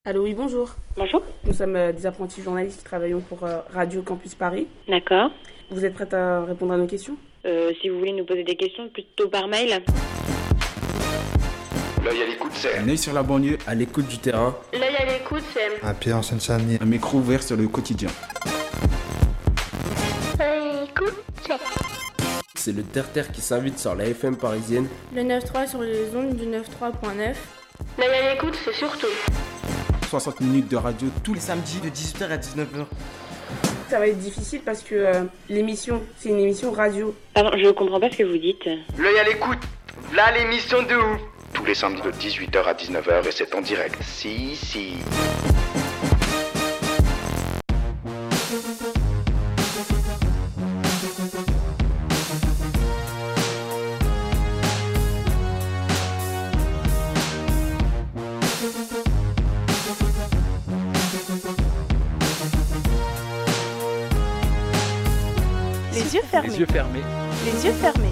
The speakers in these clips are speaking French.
Allô, oui, bonjour. Bonjour. Nous sommes des apprentis journalistes qui travaillons pour Radio Campus Paris. D'accord. Vous êtes prête à répondre à nos questions? Si vous voulez nous poser des questions, plutôt par mail. L'œil à l'écoute, c'est Un œil sur la banlieue, à l'écoute du terrain. L'œil à l'écoute, c'est un pied en Seine-Saint-Denis. Un micro ouvert sur le quotidien. l'œil à l'écoute, C'est le terre-terre qui s'invite sur la FM parisienne. Le 9.3 sur les ondes du 93.9. l'œil à l'écoute, c'est surtout 60 minutes de radio tous les samedis de 18h à 19h. Ça va être difficile parce que l'émission, c'est une émission radio. Pardon, je comprends pas ce que vous dites. L'œil à l'écoute. Là, l'émission de ouf. Tous les samedis de 18h à 19h et c'est en direct. Si. Les yeux fermés. Les yeux fermés. Les yeux fermés.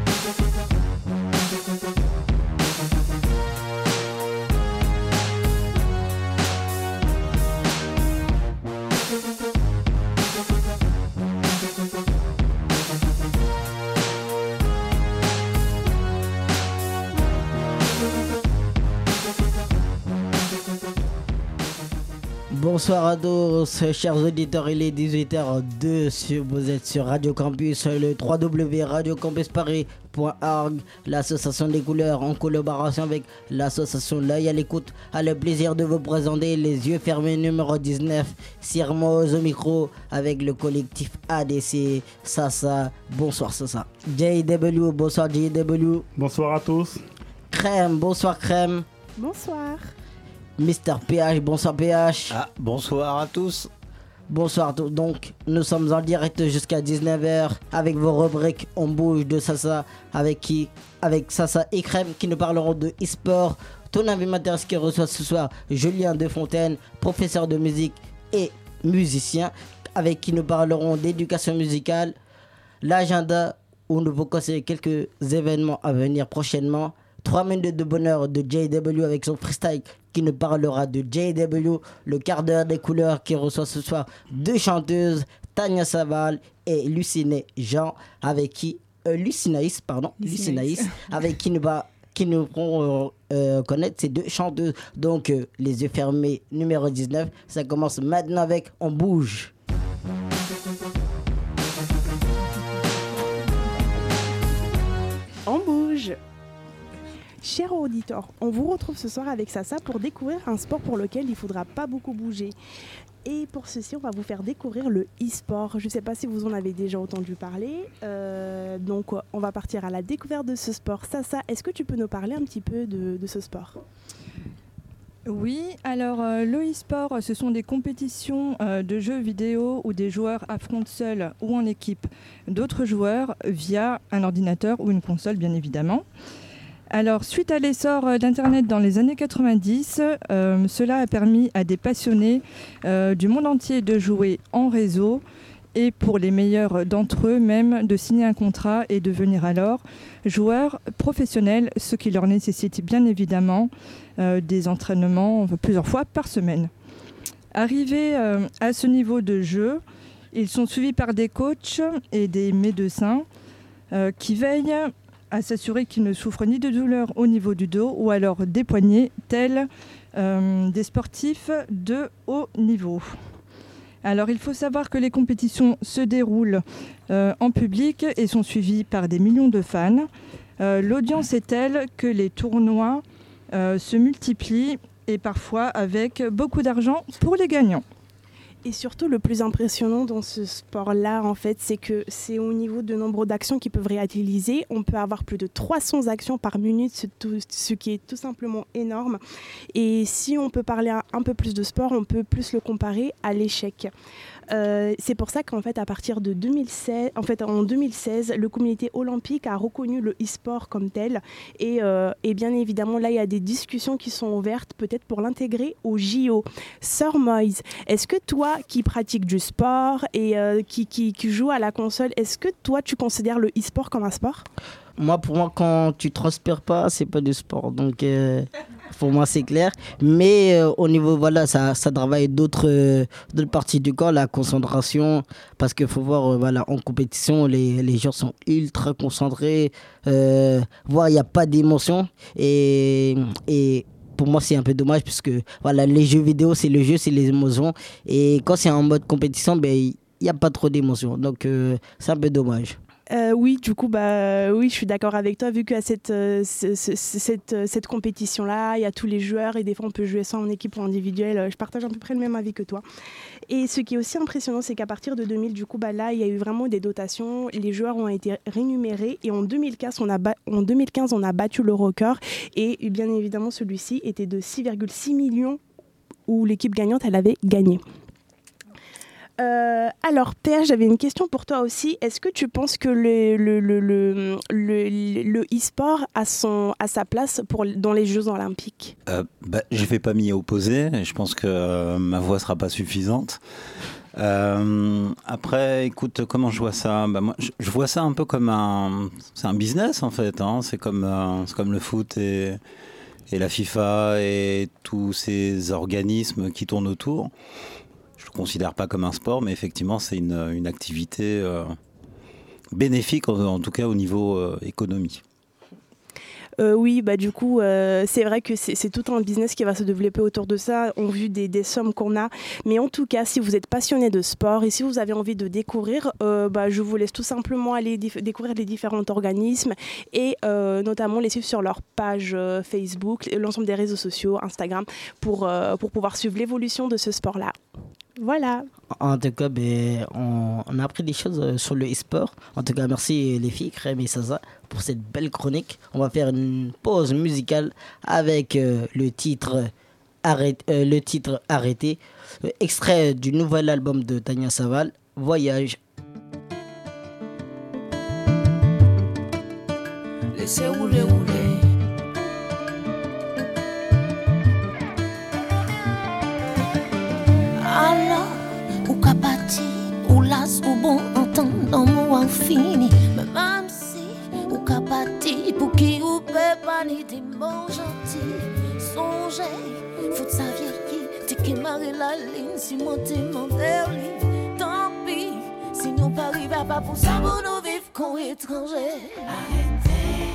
Bonsoir à tous, chers auditeurs, il est 18h02, vous êtes sur Radio Campus, le www.radiocampusparis.org, l'association des couleurs en collaboration avec l'association L'œil à l'écoute, a le plaisir de vous présenter les yeux fermés numéro 19, Sirmoz au micro avec le collectif ADC, Sasa, bonsoir Sasa, JW, bonsoir JW. Bonsoir à tous. Crème, bonsoir Crème. Bonsoir. Mister PH, bonsoir PH. Bonsoir à tous. Bonsoir à tous. Donc, nous sommes en direct jusqu'à 19h avec vos rubriques On bouge de Sasa avec Sasa et Crème qui nous parleront de e-sport. Ton invité qui reçoit ce soir Julien Defontaine, professeur de musique et musicien, avec qui nous parlerons d'éducation musicale, l'agenda où nous vous conseillons quelques événements à venir prochainement. 3 minutes de bonheur de JW avec son freestyle qui nous parlera de JW, le quart d'heure des couleurs qui reçoit ce soir deux chanteuses, Tania Saval et Luciné Jean, avec qui Lucinaïs, avec qui nous feront connaître ces deux chanteuses. Donc les yeux fermés numéro 19, ça commence maintenant avec On bouge. On bouge. Chers auditeurs, on vous retrouve ce soir avec Sasa pour découvrir un sport pour lequel il ne faudra pas beaucoup bouger. Et pour ceci, on va vous faire découvrir le e-sport. Je ne sais pas si vous en avez déjà entendu parler. Donc, on va partir à la découverte de ce sport. Sasa, est-ce que tu peux nous parler un petit peu de ce sport ? Oui, alors le e-sport, ce sont des compétitions de jeux vidéo où des joueurs affrontent seuls ou en équipe d'autres joueurs via un ordinateur ou une console, bien évidemment. Alors, suite à l'essor d'Internet dans les années 90, cela a permis à des passionnés du monde entier de jouer en réseau et pour les meilleurs d'entre eux même de signer un contrat et devenir alors joueurs professionnels, ce qui leur nécessite bien évidemment des entraînements plusieurs fois par semaine. Arrivés à ce niveau de jeu, ils sont suivis par des coachs et des médecins qui veillent à s'assurer qu'ils ne souffrent ni de douleurs au niveau du dos ou alors des poignets, tels des sportifs de haut niveau. Alors il faut savoir que les compétitions se déroulent en public et sont suivies par des millions de fans. L'audience est telle que les tournois se multiplient et parfois avec beaucoup d'argent pour les gagnants. Et surtout, le plus impressionnant dans ce sport-là, en fait, c'est que c'est au niveau de nombre d'actions qu'ils peuvent réaliser. On peut avoir plus de 300 actions par minute, ce qui est tout simplement énorme. Et si on peut parler un peu plus de sport, on peut plus le comparer à l'échec. C'est pour ça qu'en fait, à partir de 2016, en 2016, le comité olympique a reconnu le e-sport comme tel. Et bien évidemment, là, il y a des discussions qui sont ouvertes, peut-être pour l'intégrer au JO. Sœur Moïse, est-ce que toi, qui pratiques du sport et qui joue à la console, est-ce que toi, tu considères le e-sport comme un sport ? Pour moi, quand tu transpires pas, c'est pas du sport. Donc, Pour moi, c'est clair. Mais au niveau, voilà, ça travaille d'autres parties du corps, la concentration. Parce qu'il faut voir, voilà, en compétition, les gens sont ultra concentrés. Voire, il n'y a pas d'émotion. Et pour moi, c'est un peu dommage puisque voilà, les jeux vidéo, c'est le jeu, c'est les émotions. Et quand c'est en mode compétition, il n'y a pas trop d'émotions. Donc, c'est un peu dommage. Oui, du coup, oui, je suis d'accord avec toi, vu qu'à cette compétition-là, il y a tous les joueurs et des fois, on peut jouer ça en équipe ou individuel. Je partage à peu près le même avis que toi. Et ce qui est aussi impressionnant, c'est qu'à partir de 2000, du coup, là, il y a eu vraiment des dotations. Les joueurs ont été rémunérés et en 2015, on a battu le record. Et bien évidemment, celui-ci était de 6,6 millions où l'équipe gagnante, elle avait gagné. Alors, Pierre, j'avais une question pour toi aussi. Est-ce que tu penses que le e-sport a sa place dans les Jeux Olympiques ? Je ne vais pas m'y opposer. Je pense que ma voix ne sera pas suffisante. Après, écoute, comment je vois ça ? Moi, je vois ça un peu comme c'est un business, en fait. Hein. C'est comme le foot et la FIFA et tous ces organismes qui tournent autour. Je ne le considère pas comme un sport, mais effectivement, c'est une activité bénéfique, en tout cas au niveau économie. Oui, du coup, c'est vrai que c'est tout un business qui va se développer autour de ça, en vue des sommes qu'on a. Mais en tout cas, si vous êtes passionné de sport et si vous avez envie de découvrir, je vous laisse tout simplement aller découvrir les différents organismes et notamment les suivre sur leur page Facebook, l'ensemble des réseaux sociaux, Instagram, pour pouvoir suivre l'évolution de ce sport-là. Voilà. En tout cas, on a appris des choses sur le e-sport. En tout cas, merci les filles, Crème et Sasa, pour cette belle chronique. On va faire une pause musicale avec le titre Arrêté, extrait du nouvel album de Tania Saval, Voyage. Laissez rouler. Alors, ou kapati, ou las, ou bon entendant moi fini. Même si, ou kapati, pour qui ou peut pas ni des mots gentils. Songez, faut de sa vieille, t'es qui marre la ligne, si monter mon verli. Tant pis, si nous pas arriver à pas pour ça, pour nous vivre qu'on étranger. Arrêtez.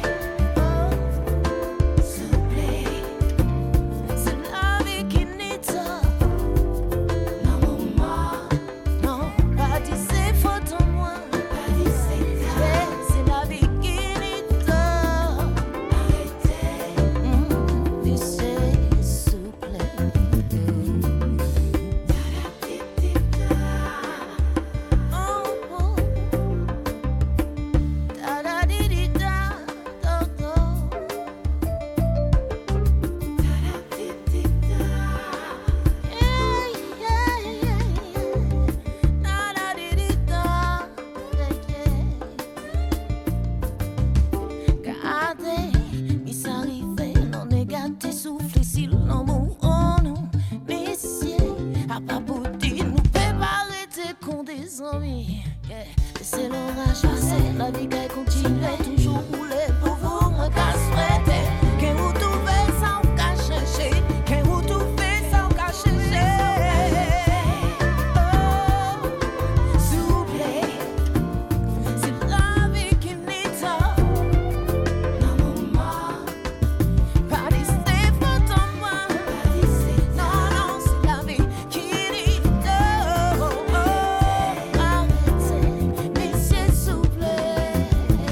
C'est l'orage passé, la vie qui continue, toujours rouler pour vous, me casse-souhaiter. Qu'un vous trouvez sans qu'à chercher, qu'un vous trouvez sans qu'à chercher. Oh, s'il vous plaît, c'est la vie qui n'est pas. Non, maman, pas laisser faute en moi. Non, c'est la vie qui n'est pas.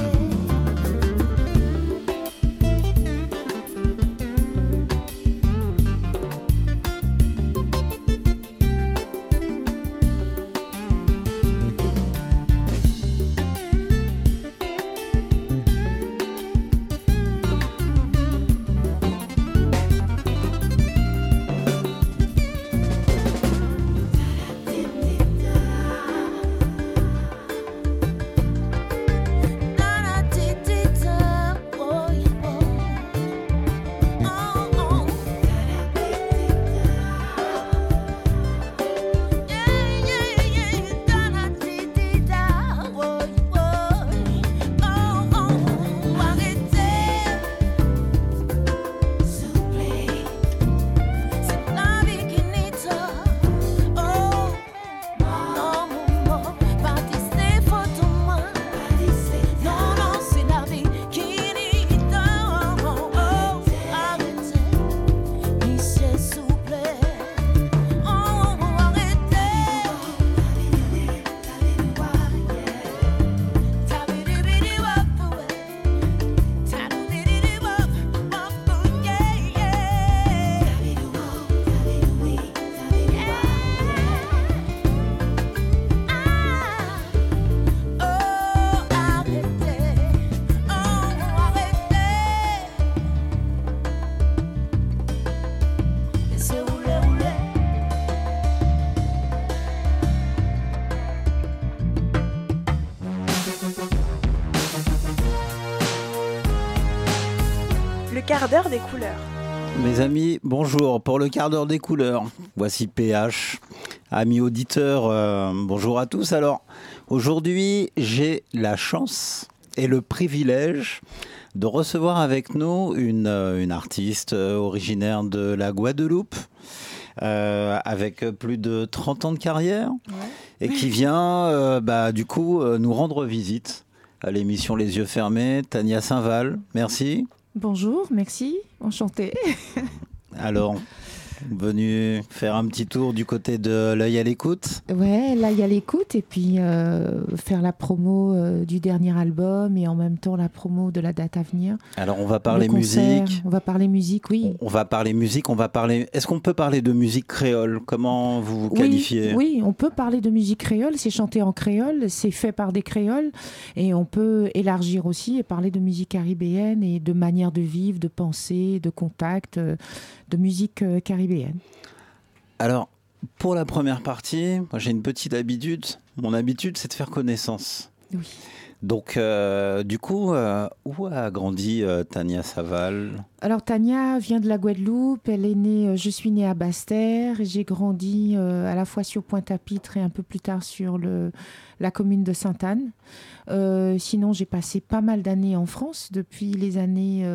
quart d'heure des couleurs. Mes amis, bonjour. Pour le quart d'heure des couleurs, voici PH. Amis auditeurs, bonjour à tous. Alors, aujourd'hui, j'ai la chance et le privilège de recevoir avec nous une artiste originaire de la Guadeloupe, avec plus de 30 ans de carrière, et qui vient du coup nous rendre visite à l'émission Les Yeux Fermés. Tania Saint-Val, merci. Bonjour, merci, enchantée. Alors, venu faire un petit tour du côté de l'œil à l'écoute. Ouais, l'œil à l'écoute, et puis faire la promo du dernier album et en même temps la promo de la date à venir. Alors on va parler musique. On va parler musique, oui. On va parler musique, on va parler... Est-ce qu'on peut parler de musique créole? Comment vous vous qualifiez? Oui, on peut parler de musique créole, c'est chanté en créole, c'est fait par des créoles, et on peut élargir aussi et parler de musique caribéenne et de manière de vivre, de penser, de contact, de musique caribéenne. Alors, pour la première partie, moi j'ai une petite habitude. Mon habitude, c'est de faire connaissance. Oui. Donc, du coup, où a grandi Tania Saint-Val? Alors, Tania vient de la Guadeloupe. Elle est née, je suis née à Basse-Terre. J'ai grandi à la fois sur Pointe-à-Pitre et un peu plus tard sur la commune de Sainte-Anne. Sinon, j'ai passé pas mal d'années en France. Depuis les années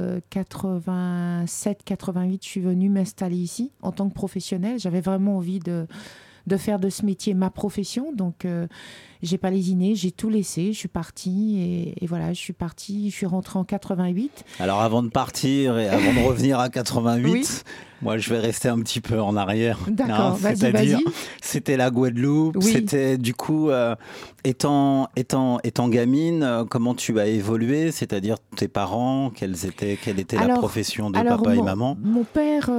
87-88, je suis venue m'installer ici en tant que professionnelle. J'avais vraiment envie de faire de ce métier ma profession. Donc, j'ai pas lésiné, j'ai tout laissé. Je suis partie et voilà, je suis rentrée en 88. Alors, avant de partir et avant de revenir à 88, oui. Moi, je vais rester un petit peu en arrière. D'accord, c'est-à-dire, c'était la Guadeloupe. Oui. C'était du coup, étant gamine, comment tu as évolué? C'est-à-dire tes parents, quelle était la profession de papa et maman? Mon père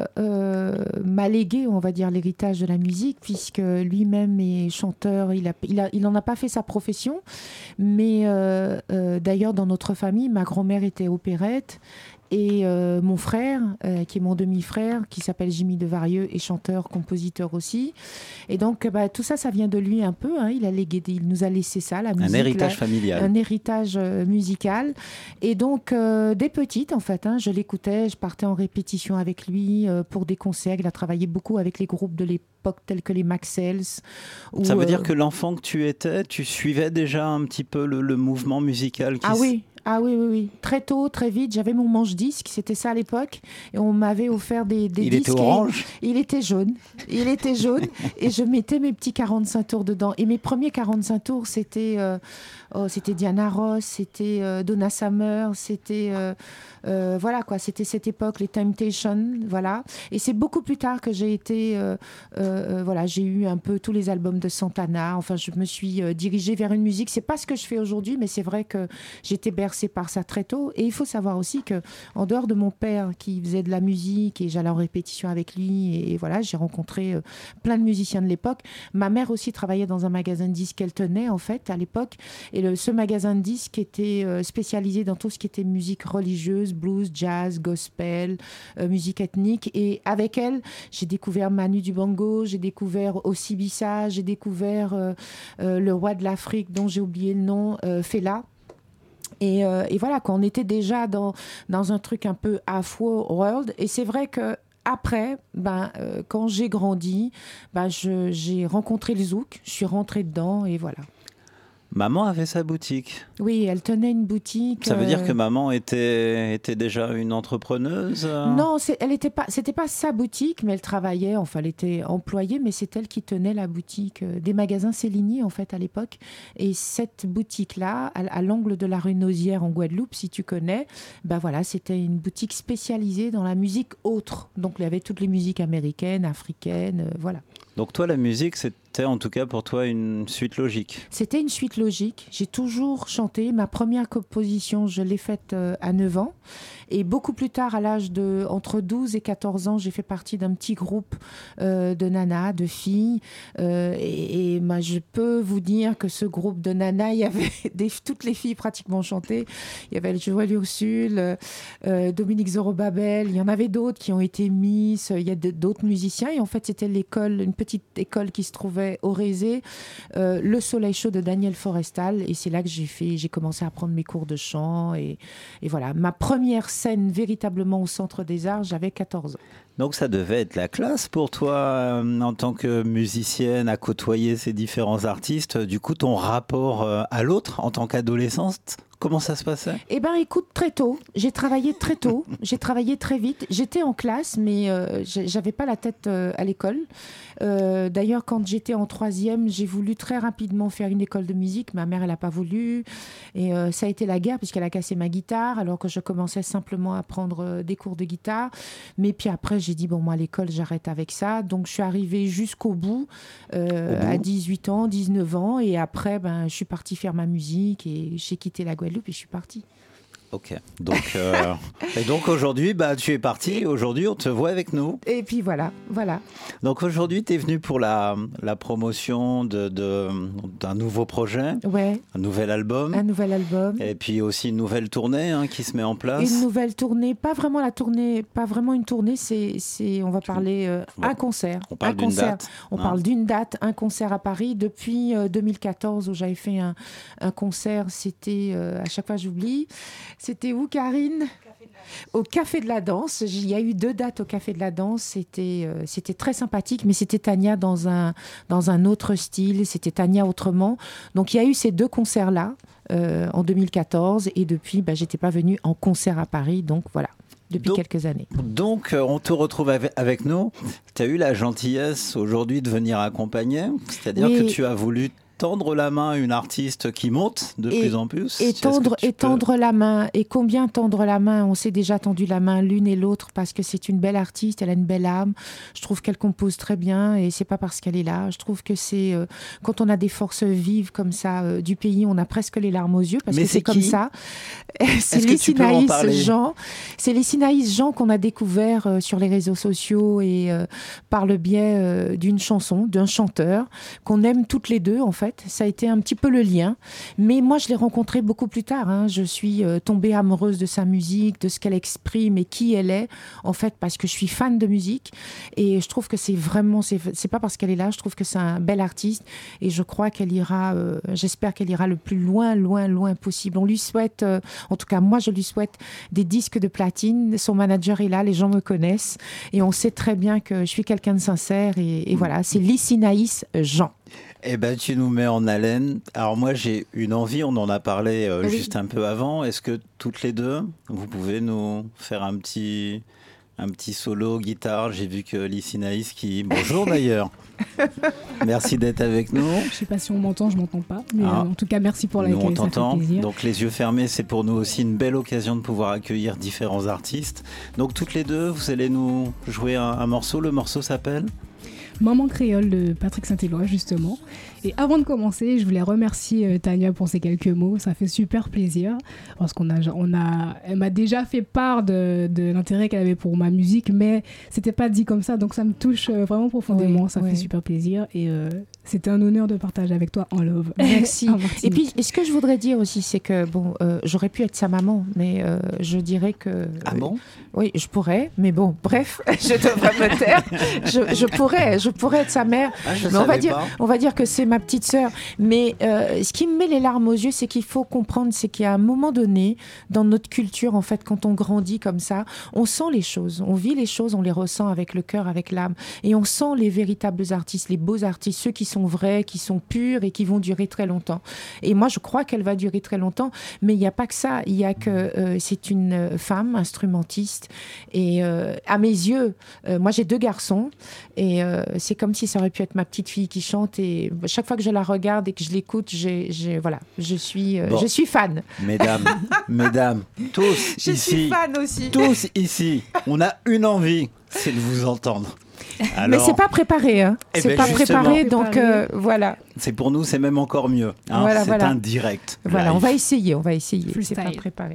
m'a légué, on va dire, l'héritage de la musique, puisque lui-même est chanteur. Il n'en a pas fait sa profession, mais d'ailleurs, dans notre famille, ma grand-mère était opérette. Et mon frère, qui est mon demi-frère, qui s'appelle Jimmy Devarieux, est chanteur, compositeur aussi. Et donc, tout ça, ça vient de lui un peu. Hein. Il nous a laissé ça, la musique. Un héritage familial. Un héritage musical. Et donc, dès petite, en fait, je l'écoutais, je partais en répétition avec lui pour des concerts. Il a travaillé beaucoup avec les groupes de l'époque, tels que les Maxells. Ça veut dire que l'enfant que tu étais, tu suivais déjà un petit peu le mouvement musical oui. Ah oui. Très tôt, très vite. J'avais mon manche-disque, c'était ça à l'époque. Et on m'avait offert des disques. Il était orange? Il était jaune. Et je mettais mes petits 45 tours dedans. Et mes premiers 45 tours, c'était Diana Ross, c'était Donna Summer, c'était... voilà quoi, c'était cette époque, les Temptations, voilà. Et c'est beaucoup plus tard que j'ai été... voilà, j'ai eu un peu tous les albums de Santana. Enfin, je me suis dirigée vers une musique. C'est pas ce que je fais aujourd'hui, mais c'est vrai que j'étais bercée par ça très tôt. Et il faut savoir aussi que, en dehors de mon père qui faisait de la musique et j'allais en répétition avec lui, et voilà, j'ai rencontré plein de musiciens de l'époque. Ma mère aussi travaillait dans un magasin de disques qu'elle tenait en fait à l'époque. Et ce magasin de disques était spécialisé dans tout ce qui était musique religieuse, blues, jazz, gospel, musique ethnique. Et avec elle, j'ai découvert Manu Dibango, j'ai découvert Ossibissa, j'ai découvert le roi de l'Afrique dont j'ai oublié le nom, Fela. Et voilà, on était déjà dans un truc un peu Afro-world. Et c'est vrai que après, quand j'ai grandi, j'ai rencontré le zouk, je suis rentrée dedans et voilà. Maman avait sa boutique. Oui, elle tenait une boutique. Ça veut dire que maman était déjà une entrepreneuse? Non, c'était pas sa boutique, mais elle travaillait, enfin elle était employée, mais c'est elle qui tenait la boutique des magasins Céligny en fait à l'époque. Et cette boutique-là, à l'angle de la rue Nausière en Guadeloupe, si tu connais, voilà, c'était une boutique spécialisée dans la musique autre. Donc il y avait toutes les musiques américaines, africaines, voilà. Donc toi, la musique, c'était en tout cas pour toi une suite logique? C'était une suite logique. J'ai toujours chanté. Ma première composition, je l'ai faite à 9 ans. Et beaucoup plus tard, à l'âge de entre 12 et 14 ans, j'ai fait partie d'un petit groupe de nanas, de filles. Et moi, je peux vous dire que ce groupe de nanas, il y avait toutes les filles pratiquement chantaient. Il y avait Joël Ursule, Dominique Zorobabel. Il y en avait d'autres qui ont été Miss. Il y a d'autres musiciens. Et en fait, c'était l'école, une petite école qui se trouvait trouvais au Rézé Le Soleil chaud de Daniel Forestal. Et c'est là que j'ai commencé à prendre mes cours de chant. Et voilà, ma première scène véritablement au Centre des Arts, j'avais 14 ans. Donc ça devait être la classe pour toi en tant que musicienne à côtoyer ces différents artistes. Du coup, ton rapport à l'autre en tant qu'adolescente, comment ça se passait ? Eh bien, écoute, très tôt. J'ai travaillé très tôt. J'ai travaillé très vite. J'étais en classe, mais j'avais pas la tête à l'école. D'ailleurs, quand j'étais en 3e, j'ai voulu très rapidement faire une école de musique. Ma mère, elle n'a pas voulu. Et ça a été la guerre, puisqu'elle a cassé ma guitare, alors que je commençais simplement à prendre des cours de guitare. Mais puis après, j'ai dit, bon, moi, à l'école, j'arrête avec ça. Donc, je suis arrivée jusqu'au bout, à 18 ans, 19 ans. Et après, je suis partie faire ma musique et j'ai quitté la Guadeloupe et je suis partie. Ok. Donc, et donc aujourd'hui, tu es parti. Aujourd'hui, on te voit avec nous. Et puis voilà. Donc aujourd'hui, tu es venu pour la promotion d'un nouveau projet. Ouais. Un nouvel album. Et puis aussi une nouvelle tournée qui se met en place. Une nouvelle tournée, pas vraiment une tournée, on va parler un concert. On parle d'une date. On parle d'une date, un concert à Paris depuis 2014 où j'avais fait un concert. C'était, à chaque fois j'oublie. C'était où, Karine ? Au Café de la Danse. Il y a eu 2 dates au Café de la Danse. C'était très sympathique, mais c'était Tania dans un autre style. C'était Tania autrement. Donc, il y a eu ces 2 concerts-là en 2014. Et depuis, j'étais pas venue en concert à Paris. Donc, voilà. Depuis quelques années. Donc, on te retrouve avec nous. Tu as eu la gentillesse aujourd'hui de venir accompagner. C'est-à-dire que tu as voulu tendre la main à une artiste qui monte de plus en plus. Et tendre la main. Et combien tendre la main ? On s'est déjà tendu la main l'une et l'autre parce que c'est une belle artiste, elle a une belle âme. Je trouve qu'elle compose très bien et c'est pas parce qu'elle est là. Je trouve que c'est quand on a des forces vives comme ça du pays, on a presque les larmes aux yeux parce que c'est comme ça. C'est les Sinaïs Jean. C'est les Sinaïs Jean qu'on a découvert sur les réseaux sociaux et par le biais d'une chanson, d'un chanteur qu'on aime toutes les deux en fait. Ça a été un petit peu le lien. Mais moi, je l'ai rencontrée beaucoup plus tard. Je suis tombée amoureuse de sa musique, de ce qu'elle exprime et qui elle est, en fait, parce que je suis fan de musique. Et je trouve que c'est pas parce qu'elle est là, je trouve que c'est un bel artiste. Et je crois qu'elle ira, j'espère qu'elle ira le plus loin possible. On lui souhaite, en tout cas, moi, je lui souhaite des disques de platine. Son manager est là, les gens me connaissent. Et on sait très bien que je suis quelqu'un de sincère. Et voilà, c'est Lysinaïs Jean. Eh ben, tu nous mets en haleine. Alors moi, j'ai une envie, on en a parlé juste un peu avant. Est-ce que toutes les deux, vous pouvez nous faire un petit solo guitare ? J'ai vu que Lysinaïs qui... Bonjour d'ailleurs. Merci d'être avec nous. Je ne sais pas si on m'entend, je ne m'entends pas. Mais en tout cas, merci pour l'accueil, on t'entend. Ça fait plaisir. Donc les yeux fermés, c'est pour nous aussi une belle occasion de pouvoir accueillir différents artistes. Donc toutes les deux, vous allez nous jouer un morceau. Le morceau s'appelle Maman créole de Patrick Saint-Éloi, justement. Et avant de commencer, je voulais remercier Tania pour ces quelques mots. Ça fait super plaisir parce elle m'a déjà fait part de l'intérêt qu'elle avait pour ma musique, mais c'était pas dit comme ça, donc ça me touche vraiment profondément. Ça fait super plaisir et c'était un honneur de partager avec toi en love. Merci. Et puis, ce que je voudrais dire aussi, c'est que j'aurais pu être sa maman, mais je dirais que... Ah bon ? Oui, je pourrais, mais bon, bref, je devrais me taire. Je pourrais être sa mère, mais on va dire que c'est ma petite sœur. Mais ce qui me met les larmes aux yeux, c'est qu'il faut comprendre, c'est qu'à un moment donné, dans notre culture, en fait, quand on grandit comme ça, on sent les choses, on vit les choses, on les ressent avec le cœur, avec l'âme, et on sent les véritables artistes, les beaux artistes, ceux qui sont vrais, qui sont purs et qui vont durer très longtemps. Et moi, je crois qu'elle va durer très longtemps, mais il n'y a pas que ça. Il y a que c'est une femme instrumentiste, et à mes yeux, moi j'ai 2 garçons, et c'est comme si ça aurait pu être ma petite fille qui chante, et chaque fois que je la regarde et que je l'écoute, je suis fan. Mesdames, tous je ici, suis fan aussi. Tous ici, on a une envie, c'est de vous entendre. Alors, mais c'est pas préparé, c'est pas préparé, donc voilà. C'est pour nous, c'est même encore mieux. C'est un direct. Voilà, live. on va essayer. Freestyle. C'est pas préparé.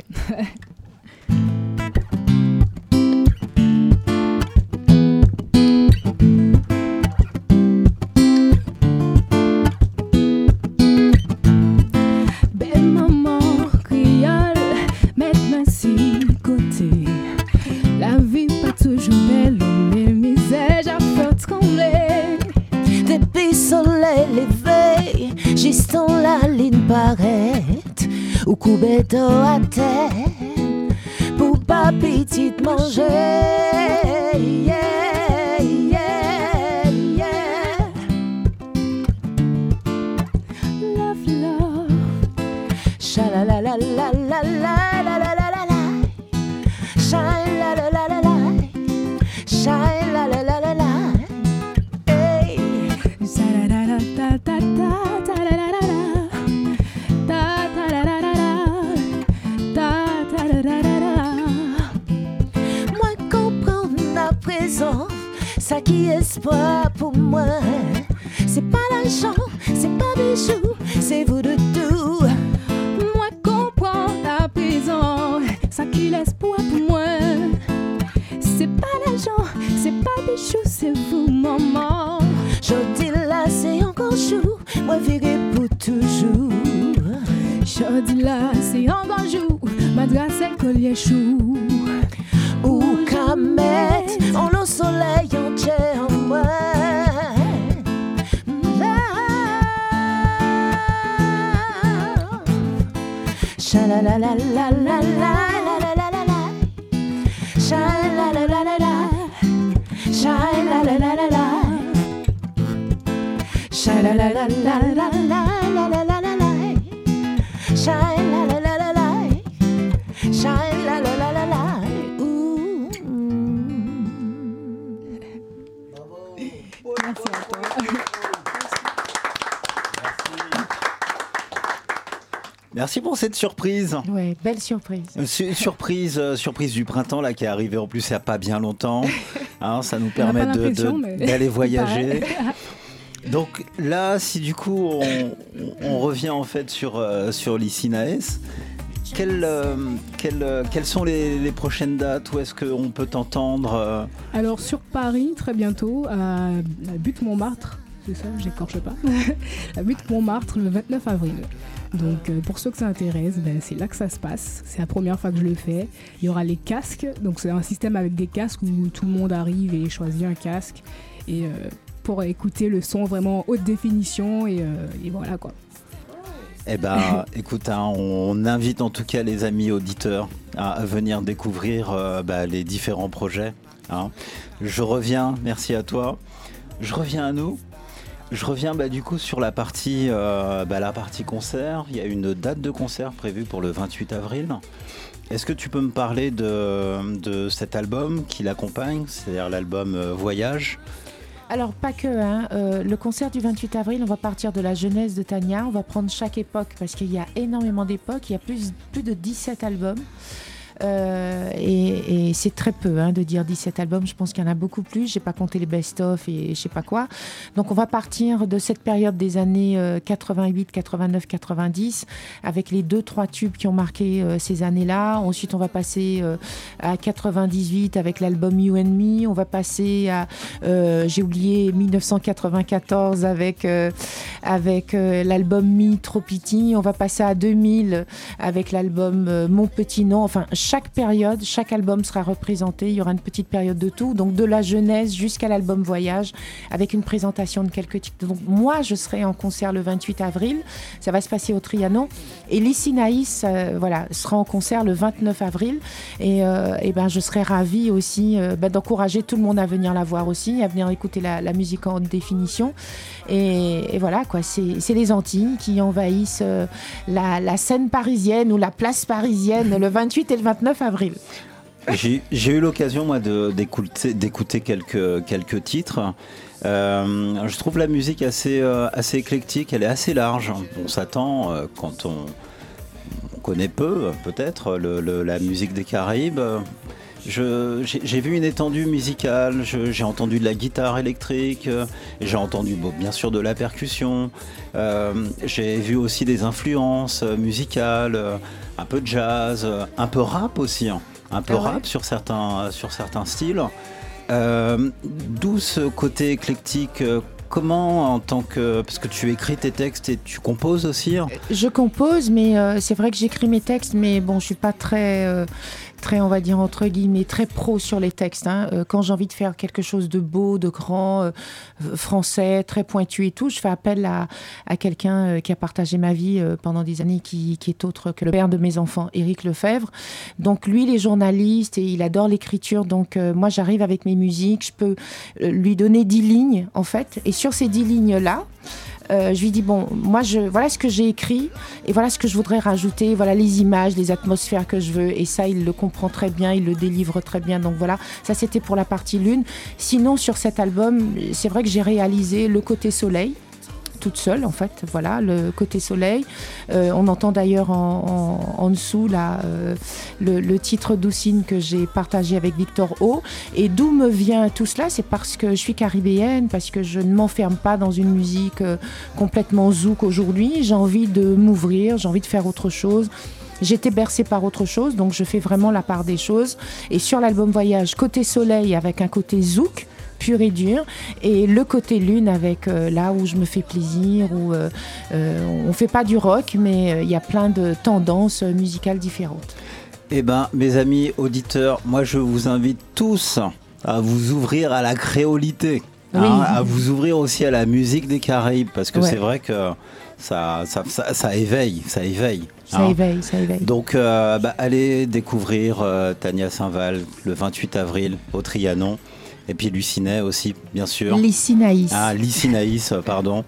La vie pas toujours belle, mais misère, j'ai fait trembler. Depuis soleil piston la ligne paraît, ou coubeto à terre, pour pas petite manger. Yeah, yeah, yeah. Love, love. Sha la la la la la la la la la la. Shine la la la la la. Shine la la la la la. Hey. Sha la la la ta ta ta ta la la la la. Ta ta la la la la. Ta ta la la la la. Moi comprendre à présent, ça qui est espoir pour moi. C'est pas l'argent, c'est pas bijoux, c'est vous de tout. Moi comprendre à présent, ça qui l'espoir pour moi. C'est pas l'argent, c'est pas bijoux, c'est vous maman. Je dis là c'est encore jour, moi viré pour toujours. Je dis là c'est encore jour, madras et collier chou. Ou qu'à mettre en le soleil entier en moi. Sha la la la la la la la la la la. Sha la la la la la. Sha la la la la la. Sha la la la la la la la la la la. Sha la la la la la. Sha la la la la la. Merci à toi. Merci pour cette surprise. Ouais, belle surprise. Surprise du printemps là qui est arrivée en plus il n'y a pas bien longtemps. Hein, ça nous permet d'aller voyager. Donc là, si du coup on revient en fait sur l'ICINAES, quelles sont les prochaines dates? Où est-ce qu'on peut t'entendre? Alors sur Paris, très bientôt, à la Butte Montmartre, c'est ça, j'écorche pas. La Butte Montmartre le 29 avril. Donc pour ceux que ça intéresse, c'est là que ça se passe. C'est la première fois que je le fais. Il y aura les casques, donc c'est un système avec des casques où tout le monde arrive et choisit un casque. Et pour écouter le son vraiment haute définition et voilà quoi. Eh ben, écoute, hein, on invite en tout cas les amis auditeurs à venir découvrir les différents projets. Hein. Je reviens, merci à toi. Je reviens à nous. Je reviens du coup sur la partie concert. Il y a une date de concert prévue pour le 28 avril. Est-ce que tu peux me parler de cet album qui l'accompagne, c'est-à-dire l'album Voyage ? Alors pas que, le concert du 28 avril, on va partir de la jeunesse de Tania, on va prendre chaque époque parce qu'il y a énormément d'époques, il y a plus de 17 albums. Et c'est très peu de dire 17 albums, je pense qu'il y en a beaucoup plus, j'ai pas compté les best-of et je sais pas quoi. Donc on va partir de cette période des années 88, 89, 90 avec les 2-3 tubes qui ont marqué ces années-là. Ensuite on va passer à 98 avec l'album You and Me, on va passer à j'ai oublié 1994 avec l'album Me Trop Pity, on va passer à 2000 avec l'album Mon Petit Nom. Enfin chaque période, chaque album sera représenté, il y aura une petite période de tout, donc de la jeunesse jusqu'à l'album Voyage, avec une présentation de quelques titres. Donc moi, je serai en concert le 28 avril, ça va se passer au Trianon, et l'ICINAES sera en concert le 29 avril, et je serai ravie aussi d'encourager tout le monde à venir la voir aussi, à venir écouter la musique en haute définition, et voilà quoi, c'est les Antilles qui envahissent la scène parisienne ou la place parisienne le 28 et le 29 avril. J'ai eu l'occasion moi d'écouter quelques titres. Je trouve la musique assez éclectique, elle est assez large. On s'attend quand on connaît peu peut-être la musique des Caraïbes. J'ai vu une étendue musicale, j'ai entendu de la guitare électrique, j'ai entendu bien sûr de la percussion, j'ai vu aussi des influences musicales, un peu de jazz, un peu rap aussi, rap sur certains styles. D'où ce côté éclectique? Comment, en tant que... Parce que tu écris tes textes et tu composes aussi. Je compose, mais c'est vrai que j'écris mes textes, mais bon, je suis pas très très, on va dire, entre guillemets, très pro sur les textes. Quand j'ai envie de faire quelque chose de beau, de grand, français, très pointu et tout, je fais appel à quelqu'un qui a partagé ma vie pendant des années, qui est autre que le père de mes enfants, Éric Lefebvre. Donc lui, il est journaliste et il adore l'écriture. Donc moi, j'arrive avec mes musiques, je peux lui donner 10 lignes, en fait. Et sur ces 10 lignes-là, je lui dis, bon, moi, voilà ce que j'ai écrit et voilà ce que je voudrais rajouter, voilà les images, les atmosphères que je veux. Et ça, il le comprend très bien, il le délivre très bien. Donc voilà, ça, c'était pour la partie lune. Sinon, sur cet album, c'est vrai que j'ai réalisé le côté soleil, toute seule, en fait, voilà, le côté soleil. On entend d'ailleurs en dessous là, le titre Doucine que j'ai partagé avec Victor O. Et d'où me vient tout cela? C'est parce que je suis caribéenne, parce que je ne m'enferme pas dans une musique complètement zouk aujourd'hui. J'ai envie de m'ouvrir, j'ai envie de faire autre chose. J'étais bercée par autre chose, donc je fais vraiment la part des choses. Et sur l'album Voyage, côté soleil avec un côté zouk, pur et dur, et le côté lune avec là où je me fais plaisir, où on fait pas du rock, mais il y a plein de tendances musicales différentes. Eh ben, mes amis auditeurs, moi je vous invite tous à vous ouvrir à la créolité, à vous ouvrir aussi à la musique des Caraïbes, parce que c'est vrai que ça éveille, ça éveille. Ça éveille. Donc allez découvrir Tania Saint-Val le 28 avril au Trianon. Et puis Lucinaïs aussi, bien sûr. Lucinaïs. Lucinaïs, pardon.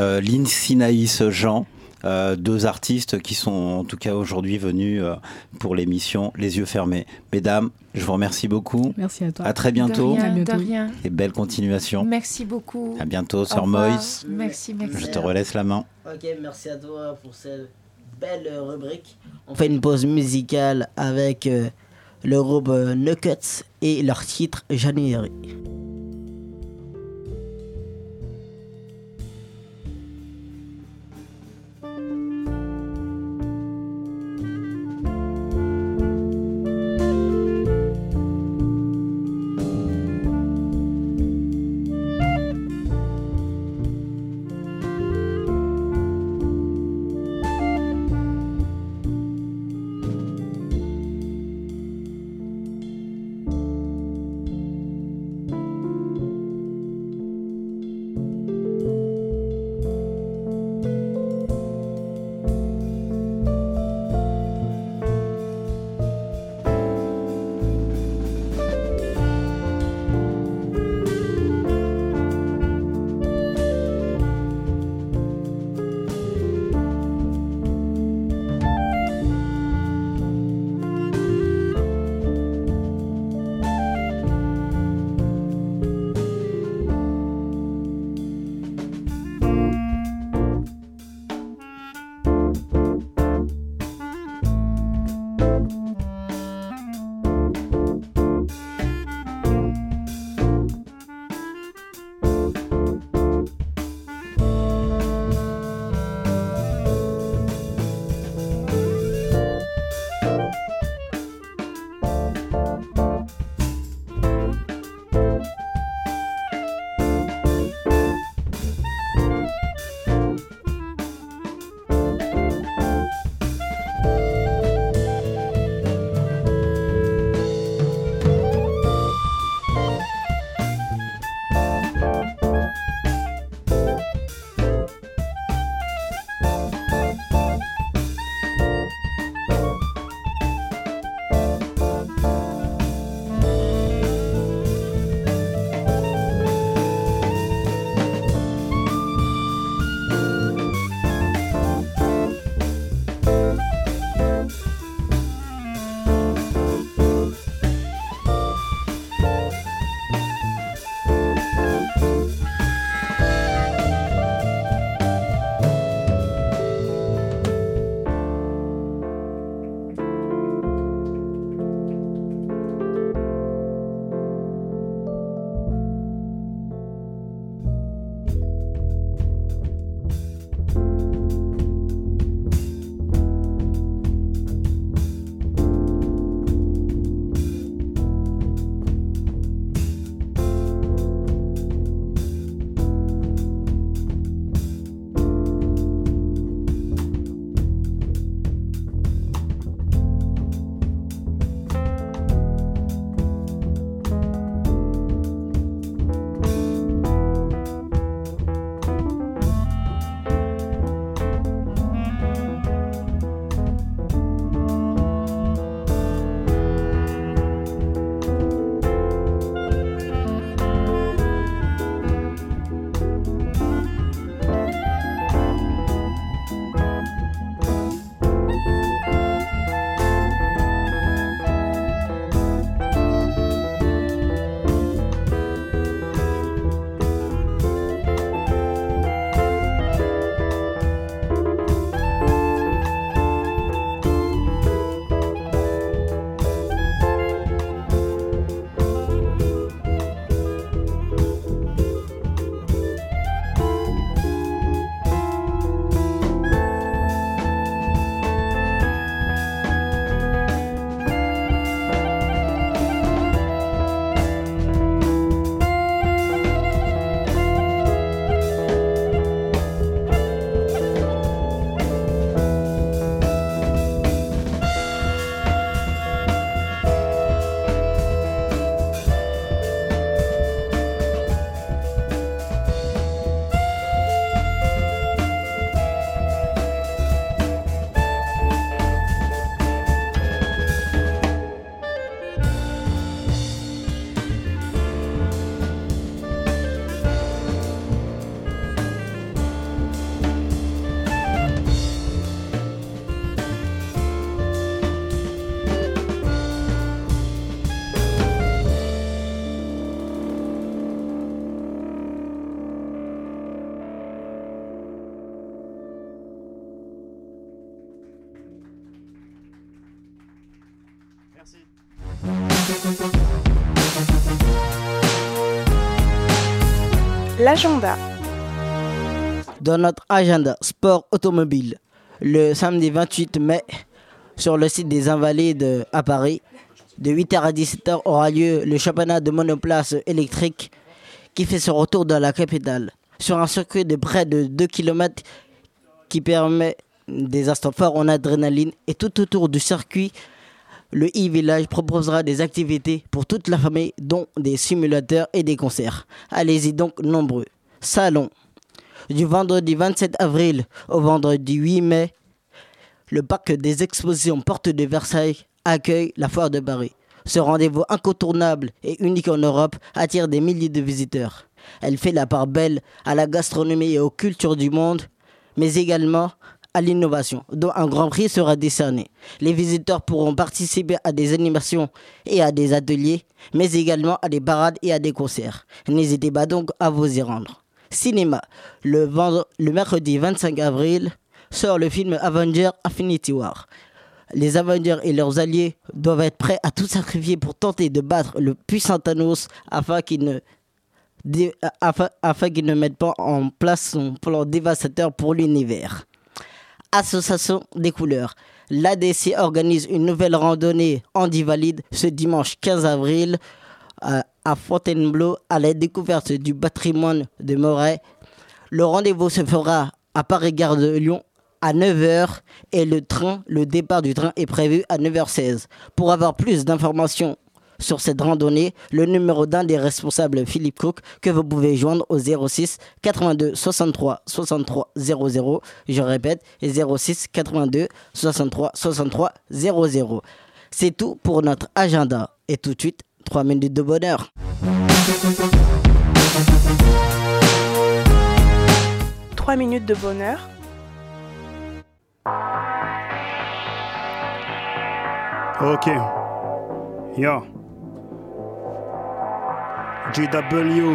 Lucinaïs Jean, deux artistes qui sont en tout cas aujourd'hui venus pour l'émission Les Yeux Fermés. Mesdames, je vous remercie beaucoup. Merci à toi. À très bientôt. De rien. Et belle continuation. Merci beaucoup. À bientôt, Sœur Moïse. Merci. Je te relaisse la main. Ok, merci à toi pour cette belle rubrique. On fait une pause musicale avec le groupe Nuggets et leur titre January. Merci. L'agenda. Dans notre agenda sport automobile, le samedi 28 mai, sur le site des Invalides à Paris, de 8h à 17h aura lieu le championnat de monoplace électrique qui fait son retour dans la capitale. Sur un circuit de près de 2 km qui permet des instants forts en adrénaline et tout autour du circuit, le e-village proposera des activités pour toute la famille, dont des simulateurs et des concerts. Allez-y donc nombreux. Salon. Du vendredi 27 avril au vendredi 8 mai, le parc des expositions Porte de Versailles accueille la foire de Paris. Ce rendez-vous incontournable et unique en Europe attire des milliers de visiteurs. Elle fait la part belle à la gastronomie et aux cultures du monde, mais également à l'innovation, dont un grand prix sera décerné. Les visiteurs pourront participer à des animations et à des ateliers, mais également à des parades et à des concerts. N'hésitez pas donc à vous y rendre. Cinéma. Le mercredi 25 avril sort le film Avengers Infinity War. Les Avengers et leurs alliés doivent être prêts à tout sacrifier pour tenter de battre le puissant Thanos afin qu'il ne mette pas en place son plan dévastateur pour l'univers. Association des couleurs. L'ADC organise une nouvelle randonnée Handi-Valide ce dimanche 15 avril à Fontainebleau à la découverte du patrimoine de Moret. Le rendez-vous se fera à Paris-Gare de Lyon à 9h et le départ du train est prévu à 9h16. Pour avoir plus d'informations sur cette randonnée, le numéro d'un des responsables, Philippe Cook, que vous pouvez joindre au 06 82 63 63 00. Je répète, 06 82 63 63 00. C'est tout pour notre agenda. Et tout de suite, 3 minutes de bonheur. « 3 minutes de bonheur » Ok. Yo. GW.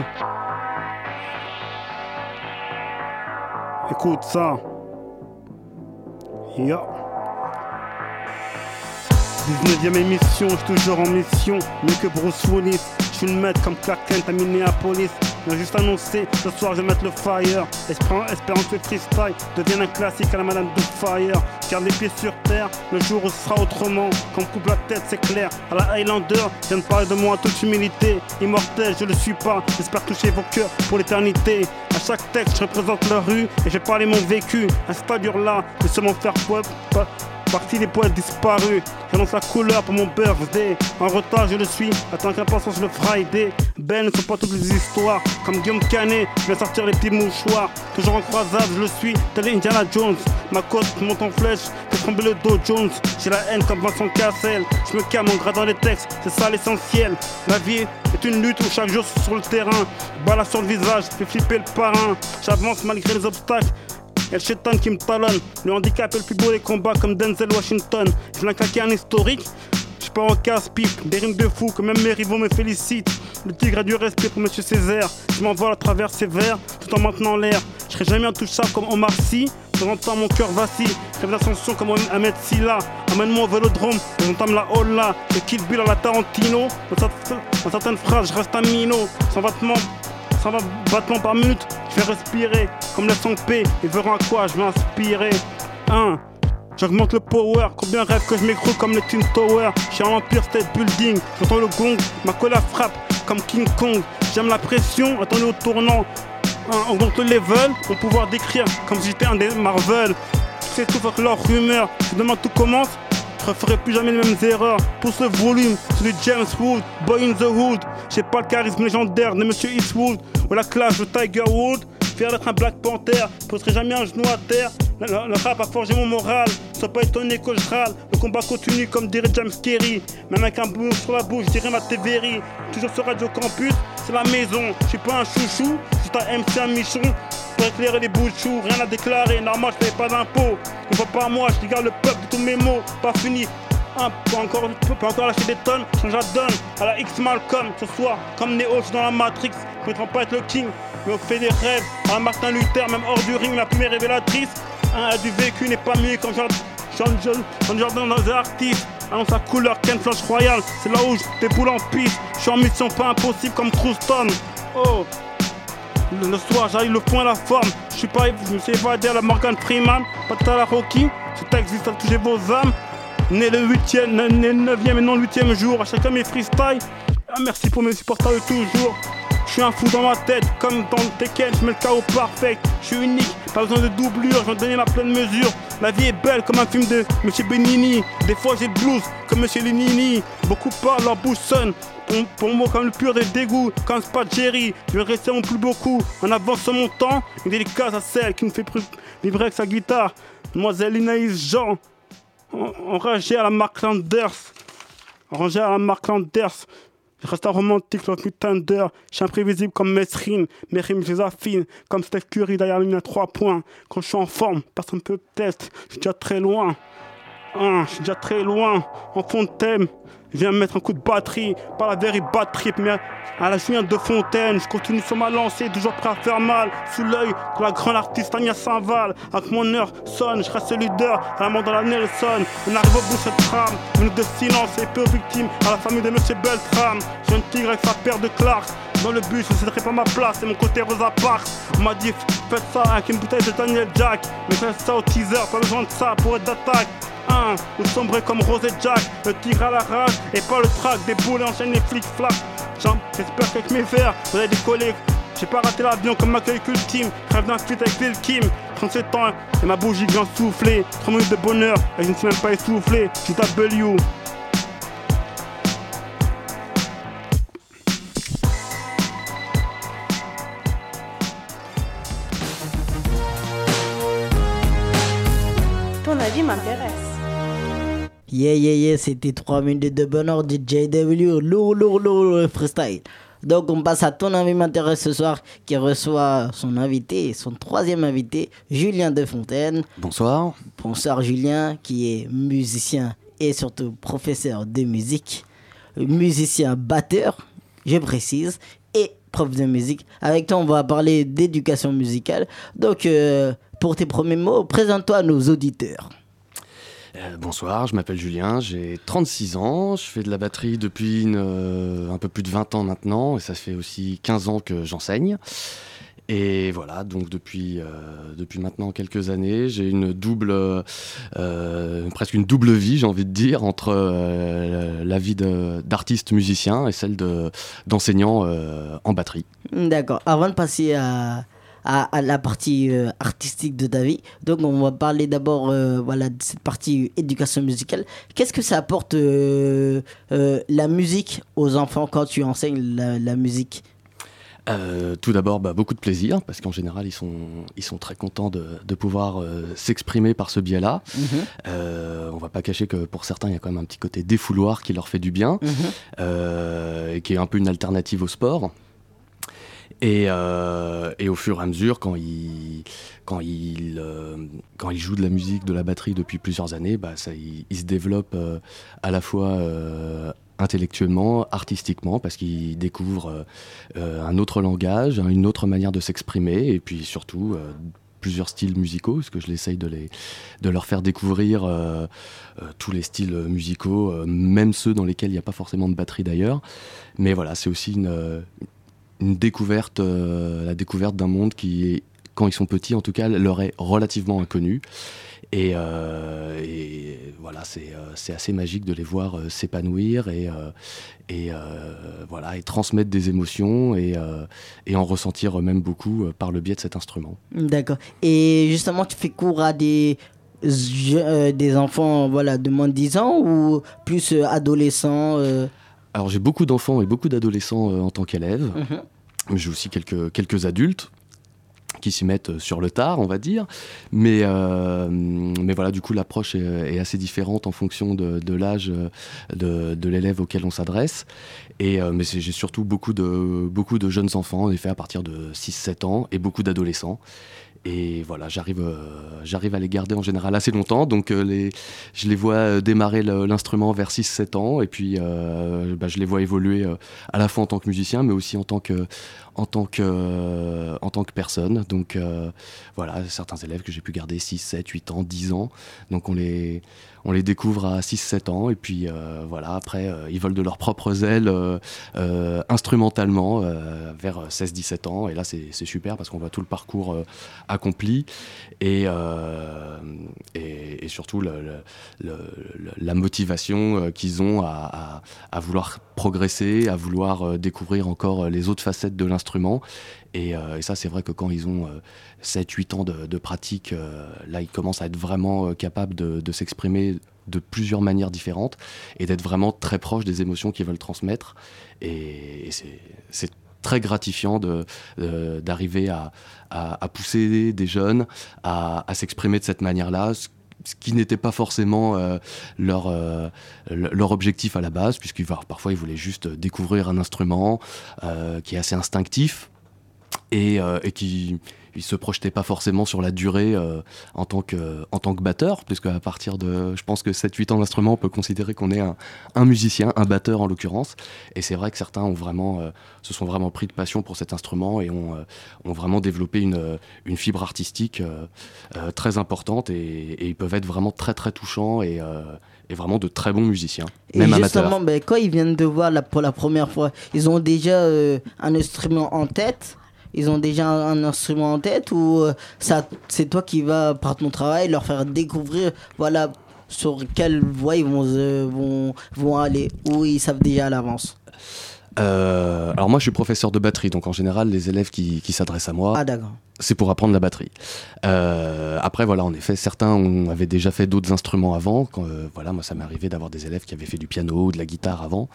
Écoute ça. Yo. 19ème émission, j'suis toujours en mission, mieux que Bruce Willis. J'suis le maître comme Clark Kent à Minneapolis. J'ai juste annoncé, ce soir je vais mettre le fire. Espérant que le freestyle devienne un classique à la Madame Doubtfire. Garde les pieds sur terre, le jour où ce sera autrement. Quand me coupe la tête, c'est clair. À la Highlander, je viens de parler de moi en toute humilité. Immortel, je le suis pas, j'espère toucher vos cœurs pour l'éternité. À chaque texte, je représente la rue et j'ai parlé mon vécu. À cet allure-là, je vais seulement faire partie des poètes disparus. J'annonce la couleur pour mon birthday. En retard je le suis, attends qu'impatience le Friday. Belles ne sont pas toutes les histoires. Comme Guillaume Canet, je vais sortir les petits mouchoirs. Toujours incroisable, je le suis, tel Indiana Jones. Ma côte monte en flèche, fait trembler le dos Jones. J'ai la haine comme Vincent Cassel. Je me calme en gradant les textes, c'est ça l'essentiel. Ma vie est une lutte où chaque jour sur le terrain. Balade sur le visage, fait flipper le parrain. J'avance malgré les obstacles. Y'a le chétan qui me talonne. Le handicap est le plus beau des combats comme Denzel Washington. Je viens claquer un historique. J'suis pas en casse-pipe, des rimes de fou que même mes rivaux me félicitent. Le tigre a du respect pour Monsieur Césaire. Je m'envole à travers ses vers tout en maintenant l'air. Je serai jamais intouchable comme Omar Sy. De temps en temps mon cœur vacille. Rêve d'ascension comme Ahmed Silla. Amène-moi au vélodrome, j'entame la holla. Je Kill Bill à la Tarantino. Dans certaines phrases, je reste un minot. Sans battements par minute, je vais respirer comme la sang P et verront à quoi je vais inspirer. 1. J'augmente le power, combien rêve que je m'écroule comme le Twin Tower. Je suis en Empire State Building, j'entends le gong, ma colère frappe comme King Kong. J'aime la pression, attendez au tournant. On augmente le level, mon pouvoir d'écrire comme si j'étais un des Marvel. C'est tout avec leur rumeur, si demain tout commence, je referai plus jamais les mêmes erreurs. Pour ce volume, celui de James Wood, Boy in the Hood. J'ai pas le charisme légendaire de Monsieur Eastwood ou la classe de Tiger Wood. Fier d'être un Black Panther, je poserai jamais un genou à terre. Le rap a forgé mon moral, sois pas étonné que je râle. Le combat continue comme dirait James Kerry. Même avec un bout sur la bouche, je dirais ma Tévéry. Toujours sur Radio Campus, c'est la maison. Je suis pas un chouchou, c'est un MC, un michon. Pour éclairer les bouts de chou, rien à déclarer. Normal, je paye pas d'impôts. Ne vois pas moi, je regarde le peuple de tous mes mots. Pas fini. Pas encore lâcher des tonnes, change la donne à la X Malcolm. Ce soir, comme Neo, je suis dans la Matrix. Je ne prétends pas être le king, mais on fait des rêves. À la Martin Luther, même hors du ring, la première révélatrice. Un a du vécu n'est pas mieux quand Jordan dans les artistes. annonce la couleur Ken Flush Royal. C'est là où je déboule en piste. Je suis en mission pas impossible comme Trouston. Oh. Le soir, j'arrive le fond et la forme. Je me suis évadé à la Morgan Freeman. Pas de la Rocky. Ce texte vise à toucher vos âmes. Né le 8e, né le 9e et non le 8e jour. À chacun mes freestyles. Ah, merci pour mes supporters de toujours. Je suis un fou dans ma tête, comme dans le Tekken, je mets le chaos parfait. Je suis unique, pas besoin de doublure, j'en donne la pleine mesure. La vie est belle comme un film de Monsieur Benigni. Des fois j'ai le blues comme Monsieur Lenini. Beaucoup parlent, leur bouche sonne. Pour moi comme le pur des dégoûts, comme Spat Jerry. Je vais rester en plus beaucoup, en avance sur mon temps. Une dédicace à celle qui me fait vibrer avec sa guitare. Mademoiselle Inaïs Jean, enragée à la Mark Landers. Enragée à la Mark Landers. Je reste un romantique, love me tender. Je suis imprévisible comme Mesrine. Mes rimes, je les affine. Comme Steph Curry derrière la ligne à 3 points. Quand je suis en forme, personne ne peut tester. Je suis déjà très loin. Je suis déjà très loin. En fond de thème, je viens me mettre un coup de batterie. Pas la very bad trip, mais à la Julien de Fontaine. Je continue sur ma lancée, toujours prêt à faire mal. Sous l'œil de la grande artiste Agnès Saint-Val. Avec mon heure sonne, je reste leader. Vraiment dans la Nelson. On arrive au bout de cette trame. Minute de silence et peu victime à la famille de Monsieur Beltram. J'ai un tigre avec sa paire de Clarks. Dans le bus, je ne céderai pas ma place, c'est mon côté Rosa Parks. On m'a dit, faites ça avec une bouteille de Daniel Jack. Mais faites ça au teaser, pas besoin de ça pour être d'attaque. Nous sombrez comme Rose et Jack, le tigre à la rage et pas le trac. Des boules et enchaîne les flics-flacs. J'espère qu'avec mes verres, vous allez décoller. J'ai pas raté l'avion comme Accueil Ultime. Rêve d'un feat avec Lil Kim. 37 ans et ma bougie vient souffler. 3 minutes de bonheur et je ne suis même pas essoufflé. JW. Ton avis m'intéresse. Yeah, c'était 3 minutes de bonheur de JW, lourd, freestyle. Donc on passe à Ton avis m'intéresse ce soir, qui reçoit son invité, son 3e invité, Julien Defontaine. Bonsoir. Bonsoir Julien, qui est musicien et surtout professeur de musique, musicien batteur, je précise, et prof de musique. Avec toi on va parler d'éducation musicale. Donc pour tes premiers mots, présente-toi à nos auditeurs. Bonsoir, je m'appelle Julien, j'ai 36 ans, je fais de la batterie depuis un peu plus de 20 ans maintenant, et ça fait aussi 15 ans que j'enseigne. Et voilà, donc depuis maintenant quelques années, j'ai presque une double vie, j'ai envie de dire, entre la vie d'artiste musicien et celle d'enseignant en batterie. D'accord, avant de passer à la partie artistique de ta vie. Donc on va parler d'abord de cette partie éducation musicale. Qu'est-ce que ça apporte la musique aux enfants quand tu enseignes la musique ? Tout d'abord, beaucoup de plaisir, parce qu'en général, ils sont très contents de pouvoir s'exprimer par ce biais-là. On va pas cacher que pour certains, il y a quand même un petit côté défouloir qui leur fait du bien, et qui est un peu une alternative au sport. Et au fur et à mesure, quand ils jouent de la musique, de la batterie depuis plusieurs années, ils se développent à la fois intellectuellement, artistiquement, parce qu'ils découvrent un autre langage, une autre manière de s'exprimer, et puis surtout plusieurs styles musicaux, parce que je l'essaye de leur faire découvrir tous les styles musicaux, même ceux dans lesquels il n'y a pas forcément de batterie d'ailleurs. Mais voilà, c'est aussi une découverte, la découverte d'un monde qui, quand ils sont petits en tout cas, leur est relativement inconnu. Et voilà, c'est assez magique de les voir s'épanouir et transmettre des émotions et en ressentir même beaucoup par le biais de cet instrument. D'accord. Et justement, tu fais cours à des enfants de moins de 10 ans ou plus adolescents Alors j'ai beaucoup d'enfants et beaucoup d'adolescents en tant qu'élèves. Mais j'ai aussi quelques adultes qui s'y mettent sur le tard, on va dire. Mais voilà, du coup, l'approche est assez différente en fonction de l'âge de l'élève auquel on s'adresse. Mais j'ai surtout beaucoup de jeunes enfants, en effet, à partir de 6-7 ans, et beaucoup d'adolescents. Et voilà, j'arrive à les garder en général assez longtemps. Donc je les vois démarrer l'instrument vers 6-7 ans. Et puis je les vois évoluer à la fois en tant que musicien, mais aussi en tant en tant que personne. Donc voilà, certains élèves que j'ai pu garder 6, 7, 8 ans, 10 ans. Donc on les découvre à 6-7 ans et puis voilà, après ils volent de leurs propres ailes instrumentalement vers 16-17 ans et là c'est super parce qu'on voit tout le parcours accompli et surtout la motivation qu'ils ont à vouloir progresser, à vouloir découvrir encore les autres facettes de l'instrument et ça c'est vrai que quand ils ont 7-8 ans de pratique, là ils commencent à être vraiment capables de s'exprimer de plusieurs manières différentes et d'être vraiment très proches des émotions qu'ils veulent transmettre et c'est très gratifiant d'arriver à pousser des jeunes à s'exprimer de cette manière-là, ce qui n'était pas forcément leur objectif à la base, parfois ils voulaient juste découvrir un instrument qui est assez instinctif et qui ne se projetait pas forcément sur la durée en tant que batteur, puisque à partir de, je pense que 7-8 ans d'instrument, on peut considérer qu'on est un musicien, un batteur en l'occurrence, et c'est vrai que certains se sont vraiment pris de passion pour cet instrument et ont vraiment développé une fibre artistique très importante et ils peuvent être vraiment très très touchants et vraiment de très bons musiciens, même amateurs. Et justement, quand ils viennent te voir pour la première fois, ils ont déjà un instrument en tête? Ils ont déjà un instrument en tête ou c'est toi qui vas, par ton travail, leur faire découvrir voilà, sur quelle voie ils vont aller, ou ils savent déjà à l'avance? Alors moi je suis professeur de batterie, donc en général les élèves qui s'adressent à moi, c'est pour apprendre la batterie. Après voilà, en effet certains avaient déjà fait d'autres instruments avant. Voilà, moi ça m'est arrivé d'avoir des élèves qui avaient fait du piano ou de la guitare avant.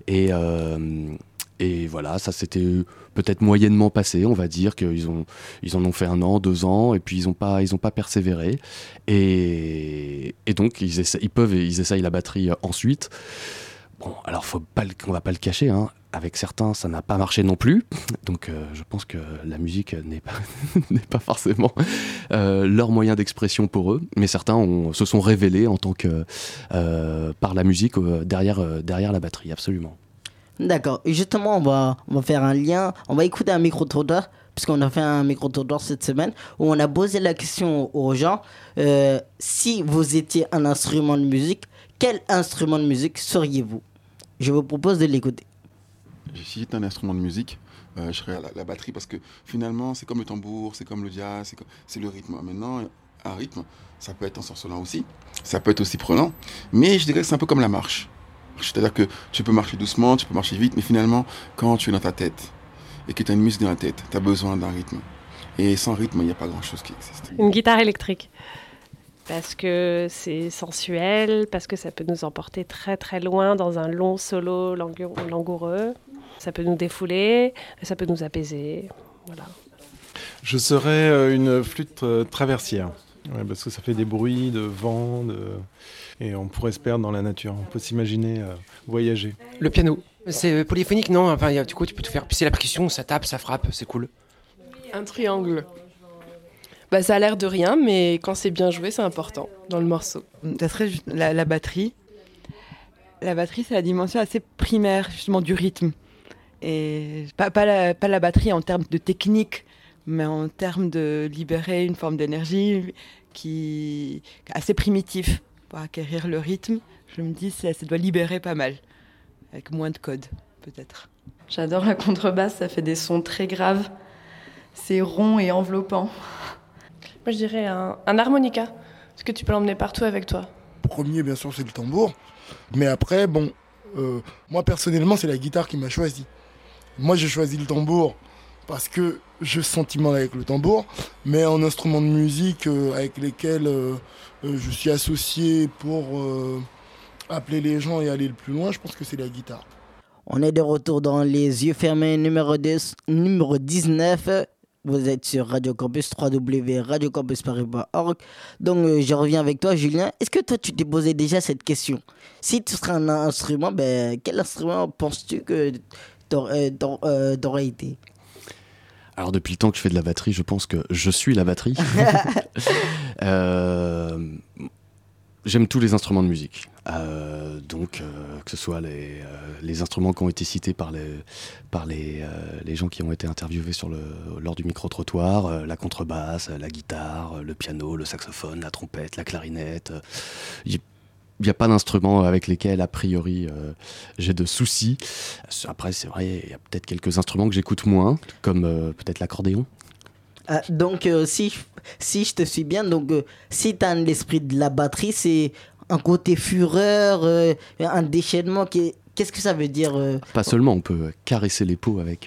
Et voilà, ça s'était peut-être moyennement passé, on va dire qu'ils en ont fait 1 an, 2 ans, et puis ils ont pas persévéré. Et donc ils essayent la batterie ensuite. Bon, alors on va pas le cacher, hein. Avec certains, ça n'a pas marché non plus. Donc je pense que la musique n'est pas forcément leur moyen d'expression pour eux. Mais certains se sont révélés en tant que par la musique derrière la batterie, absolument. D'accord. Et justement, on va faire un lien. On va écouter un micro-trottoir, puisqu'on a fait un micro-trottoir cette semaine, où on a posé la question aux gens. Si vous étiez un instrument de musique, quel instrument de musique seriez-vous? Je vous propose de l'écouter. Si j'étais un instrument de musique, je serais la batterie, parce que finalement, c'est comme le tambour, c'est comme le jazz, c'est le rythme. Maintenant, un rythme, ça peut être ensorcelant aussi, ça peut être aussi prenant, mais je dirais que c'est un peu comme la marche. C'est-à-dire que tu peux marcher doucement, tu peux marcher vite, mais finalement, quand tu es dans ta tête et que tu as une musique dans la tête, tu as besoin d'un rythme. Et sans rythme, il n'y a pas grand-chose qui existe. Une guitare électrique. Parce que c'est sensuel, parce que ça peut nous emporter très très loin dans un long solo langoureux. Ça peut nous défouler, ça peut nous apaiser. Voilà. Je serais une flûte traversière. Ouais, parce que ça fait des bruits de vent, et on pourrait se perdre dans la nature. On peut s'imaginer voyager. Le piano. C'est polyphonique, non? Enfin, du coup, tu peux tout faire. Puis c'est la percussion, ça tape, ça frappe, c'est cool. Un triangle. Ça a l'air de rien, mais quand c'est bien joué, c'est important dans le morceau. Ça serait juste la batterie. La batterie, c'est la dimension assez primaire, justement, du rythme. Et pas la batterie en termes de technique, mais en termes de libérer une forme d'énergie qui est assez primitive. Pour acquérir le rythme, je me dis ça doit libérer pas mal, avec moins de code, peut-être. J'adore la contrebasse, ça fait des sons très graves. C'est rond et enveloppant. Moi, je dirais un harmonica, parce que tu peux l'emmener partout avec toi. Premier, bien sûr, c'est le tambour. Mais après, moi, personnellement, c'est la guitare qui m'a choisi. Moi, j'ai choisi le tambour parce que je sens mal avec le tambour, mais en instrument de musique avec lesquels je suis associé pour appeler les gens et aller le plus loin, je pense que c'est la guitare. On est de retour dans Les Yeux Fermés, numéro 19. Vous êtes sur Radio Campus, www.radiocampusparis.org. Donc, je reviens avec toi, Julien. Est-ce que toi, tu t'es posé déjà cette question? Si tu serais un instrument, quel instrument penses-tu que t'aurais été? Alors, depuis le temps que je fais de la batterie, je pense que je suis la batterie. J'aime tous les instruments de musique. Donc, que ce soit les instruments qui ont été cités par les gens qui ont été interviewés lors du micro-trottoir, la contrebasse, la guitare, le piano, le saxophone, la trompette, la clarinette. Il n'y a pas d'instruments avec lesquels, a priori, j'ai de soucis. Après, c'est vrai, il y a peut-être quelques instruments que j'écoute moins, comme peut-être l'accordéon. Donc, si je te suis bien, donc si tu as l'esprit de la batterie, c'est un côté fureur, un déchaînement. Qu'est-ce que ça veut dire Pas seulement, on peut caresser les peaux avec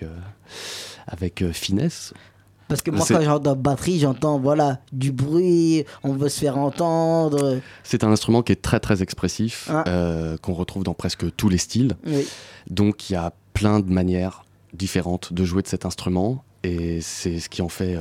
finesse. Parce que moi, quand j'entends batterie, j'entends du bruit, on veut se faire entendre. C'est un instrument qui est très très expressif, qu'on retrouve dans presque tous les styles. Oui. Donc il y a plein de manières différentes de jouer de cet instrument. Et c'est ce qui en fait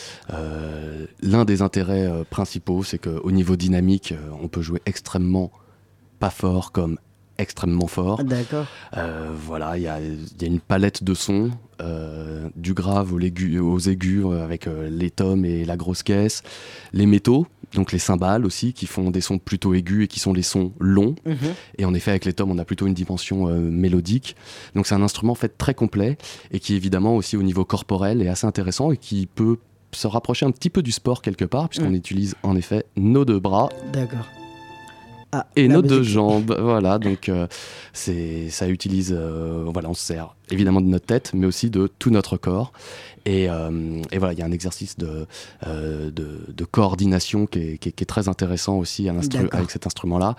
l'un des intérêts principaux, c'est qu'au niveau dynamique, on peut jouer extrêmement pas fort comme extrêmement fort. D'accord. Voilà, il y a une palette de sons, du grave aux aigus avec les tomes et la grosse caisse, les métaux, donc les cymbales aussi, qui font des sons plutôt aigus et qui sont les sons longs. Mmh. Et en effet, avec les tomes, on a plutôt une dimension mélodique. Donc c'est un instrument en fait très complet et qui évidemment aussi au niveau corporel est assez intéressant et qui peut se rapprocher un petit peu du sport quelque part, puisqu'on utilise en effet nos deux bras. D'accord. Et nos deux jambes, voilà, donc ça utilise, on se sert évidemment de notre tête, mais aussi de tout notre corps. Et voilà, il y a un exercice de coordination qui est très intéressant aussi avec cet instrument-là,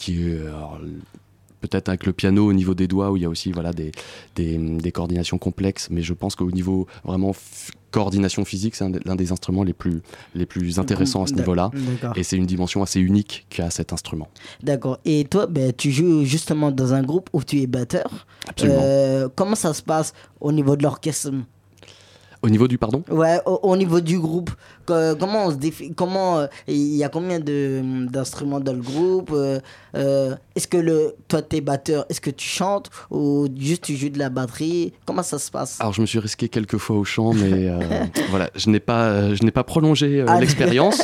peut-être avec le piano au niveau des doigts, où il y a aussi des coordinations complexes, mais je pense qu'au niveau vraiment coordination physique, c'est l'un des instruments les plus intéressants à ce niveau-là. D'accord. Et c'est une dimension assez unique qu'a cet instrument. D'accord. Et toi, tu joues justement dans un groupe où tu es batteur. Absolument. Comment ça se passe au niveau de l'orchestre ? Au niveau du pardon ? Ouais, au niveau du groupe. Comment on se définit ? Il y a combien d'instruments dans le groupe ? Est-ce que toi, t'es batteur, est-ce que tu chantes ou juste tu joues de la batterie ? Comment ça se passe ? Alors, je me suis risqué quelques fois au chant, mais voilà, je n'ai pas prolongé l'expérience.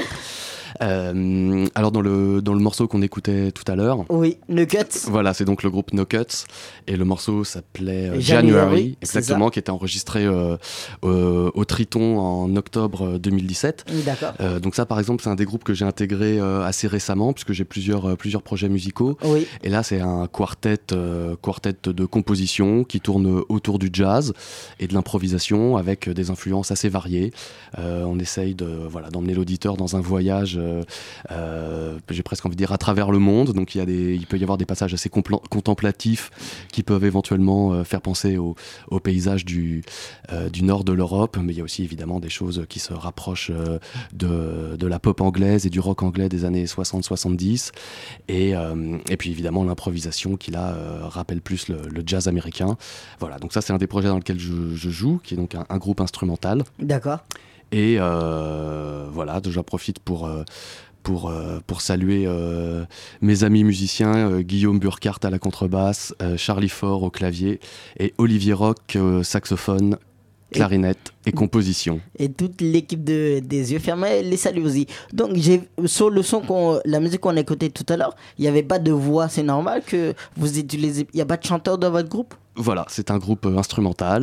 Alors dans le morceau qu'on écoutait tout à l'heure, oui, No Cuts. Voilà, c'est donc le groupe No Cuts et le morceau s'appelait January, exactement, qui était enregistré au Triton en octobre 2017. D'accord. Donc ça, par exemple, c'est un des groupes que j'ai intégré assez récemment, puisque j'ai plusieurs projets musicaux. Oui. Et là, c'est un quartet de composition qui tourne autour du jazz et de l'improvisation avec des influences assez variées. On essaye d'emmener l'auditeur dans un voyage. J'ai presque envie de dire à travers le monde, donc il peut y avoir des passages assez contemplatifs qui peuvent éventuellement faire penser au paysage du nord de l'Europe, mais il y a aussi évidemment des choses qui se rapprochent de la pop anglaise et du rock anglais des années 60-70 et puis évidemment l'improvisation qui là rappelle plus le jazz américain. Voilà, donc ça c'est un des projets dans lequel je joue, qui est donc un groupe instrumental. D'accord. Et voilà, j'en profite pour saluer mes amis musiciens, Guillaume Burkhardt à la contrebasse, Charlie Faure au clavier et Olivier Roch saxophone, clarinette et composition. Et toute l'équipe des Yeux Fermés les salue aussi. Donc sur le son, la musique qu'on a écoutée tout à l'heure, il n'y avait pas de voix, c'est normal que vous utilisez, il n'y a pas de chanteur dans votre groupe ? Voilà, c'est un groupe instrumental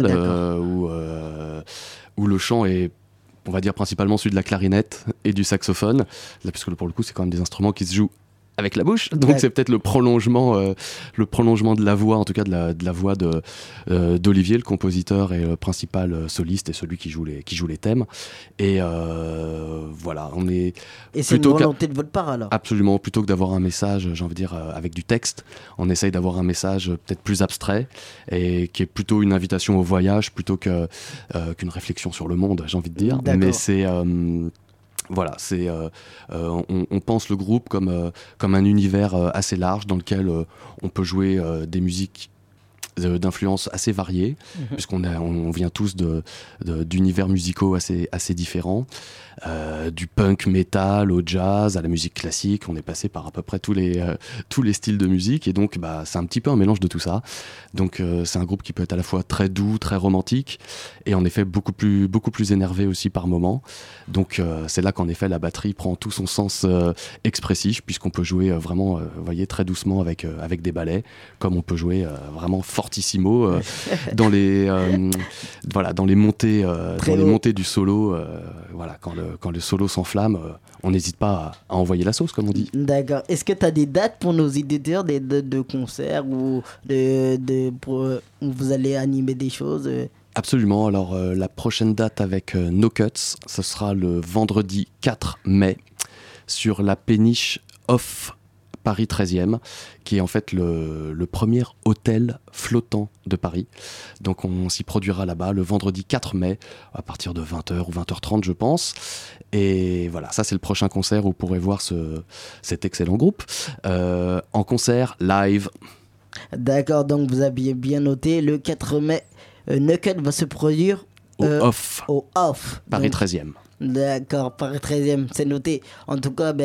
où le chant est, on va dire, principalement celui de la clarinette et du saxophone, là, puisque pour le coup c'est quand même des instruments qui se jouent avec la bouche, donc c'est peut-être le prolongement de la voix, en tout cas de la voix d'Olivier, le compositeur et le principal soliste et celui qui joue les thèmes. Et voilà, on est. Et c'est une volonté de votre part alors ? Absolument, plutôt que d'avoir un message, j'ai envie de dire, avec du texte, on essaye d'avoir un message peut-être plus abstrait et qui est plutôt une invitation au voyage plutôt qu'une réflexion sur le monde, j'ai envie de dire. D'accord. Mais c'est voilà, on pense le groupe comme un univers assez large dans lequel on peut jouer des musiques d'influences assez variées, puisqu'on vient tous d'univers musicaux assez différents. Du punk metal au jazz, à la musique classique, on est passé par à peu près tous les styles de musique, et donc c'est un petit peu un mélange de tout ça. Donc c'est un groupe qui peut être à la fois très doux, très romantique, et en effet beaucoup plus énervé aussi par moments. Donc c'est là qu'en effet la batterie prend tout son sens expressif, puisqu'on peut jouer vraiment, vous voyez, très doucement avec des ballets, comme on peut jouer vraiment fortissimo dans les montées, les montées du solo. Voilà, quand le solo s'enflamme, on n'hésite pas à envoyer la sauce, comme on dit. D'accord. Est-ce que tu as des dates pour nos éditeurs, des dates de concerts ou où vous allez animer des choses Absolument. Alors, la prochaine date avec No Cuts, ce sera le vendredi 4 mai sur la péniche Off Paris 13e, qui est en fait le premier hôtel flottant de Paris. Donc on s'y produira là-bas le vendredi 4 mai à partir de 20h ou 20h30 je pense. Et voilà, ça c'est le prochain concert où vous pourrez voir cet excellent groupe en concert live. D'accord, donc vous aviez bien noté, le 4 mai, Knuckle va se produire au Off Paris donc, 13e. D'accord, Paris 13e, c'est noté. En tout cas,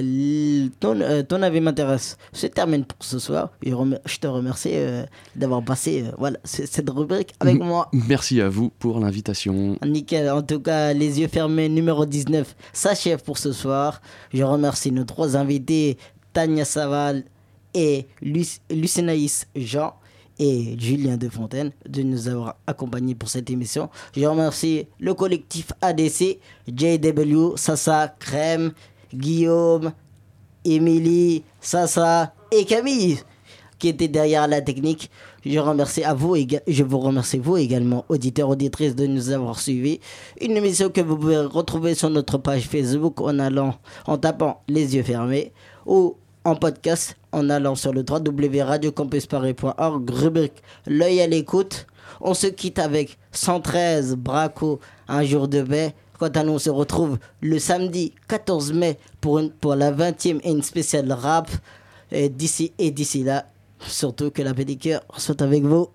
ton avis m'intéresse. Je termine pour ce soir. Je te remercie d'avoir passé cette rubrique avec moi. Merci à vous pour l'invitation. Nickel. En tout cas, Les Yeux Fermés numéro 19 s'achève pour ce soir. Je remercie nos 3 invités, Tania Saval et Lucénaïs Jean et Julien Defontaine de nous avoir accompagnés pour cette émission. Je remercie le collectif ADC, JW, Sasa, Crème, Guillaume, Émilie, Sasa et Camille qui étaient derrière la technique. Je vous remercie vous également, auditeurs, auditrices, de nous avoir suivis. Une émission que vous pouvez retrouver sur notre page Facebook en tapant Les Yeux Fermés ou en podcast en allant sur le www.radiocampusparis.org, rubrique L'œil à l'écoute. On se quitte avec 113 Braco, Un jour de paix. Quant à nous, on se retrouve le samedi 14 mai pour la 20e et une spéciale rap. Et d'ici là, surtout que la pédicure soit avec vous.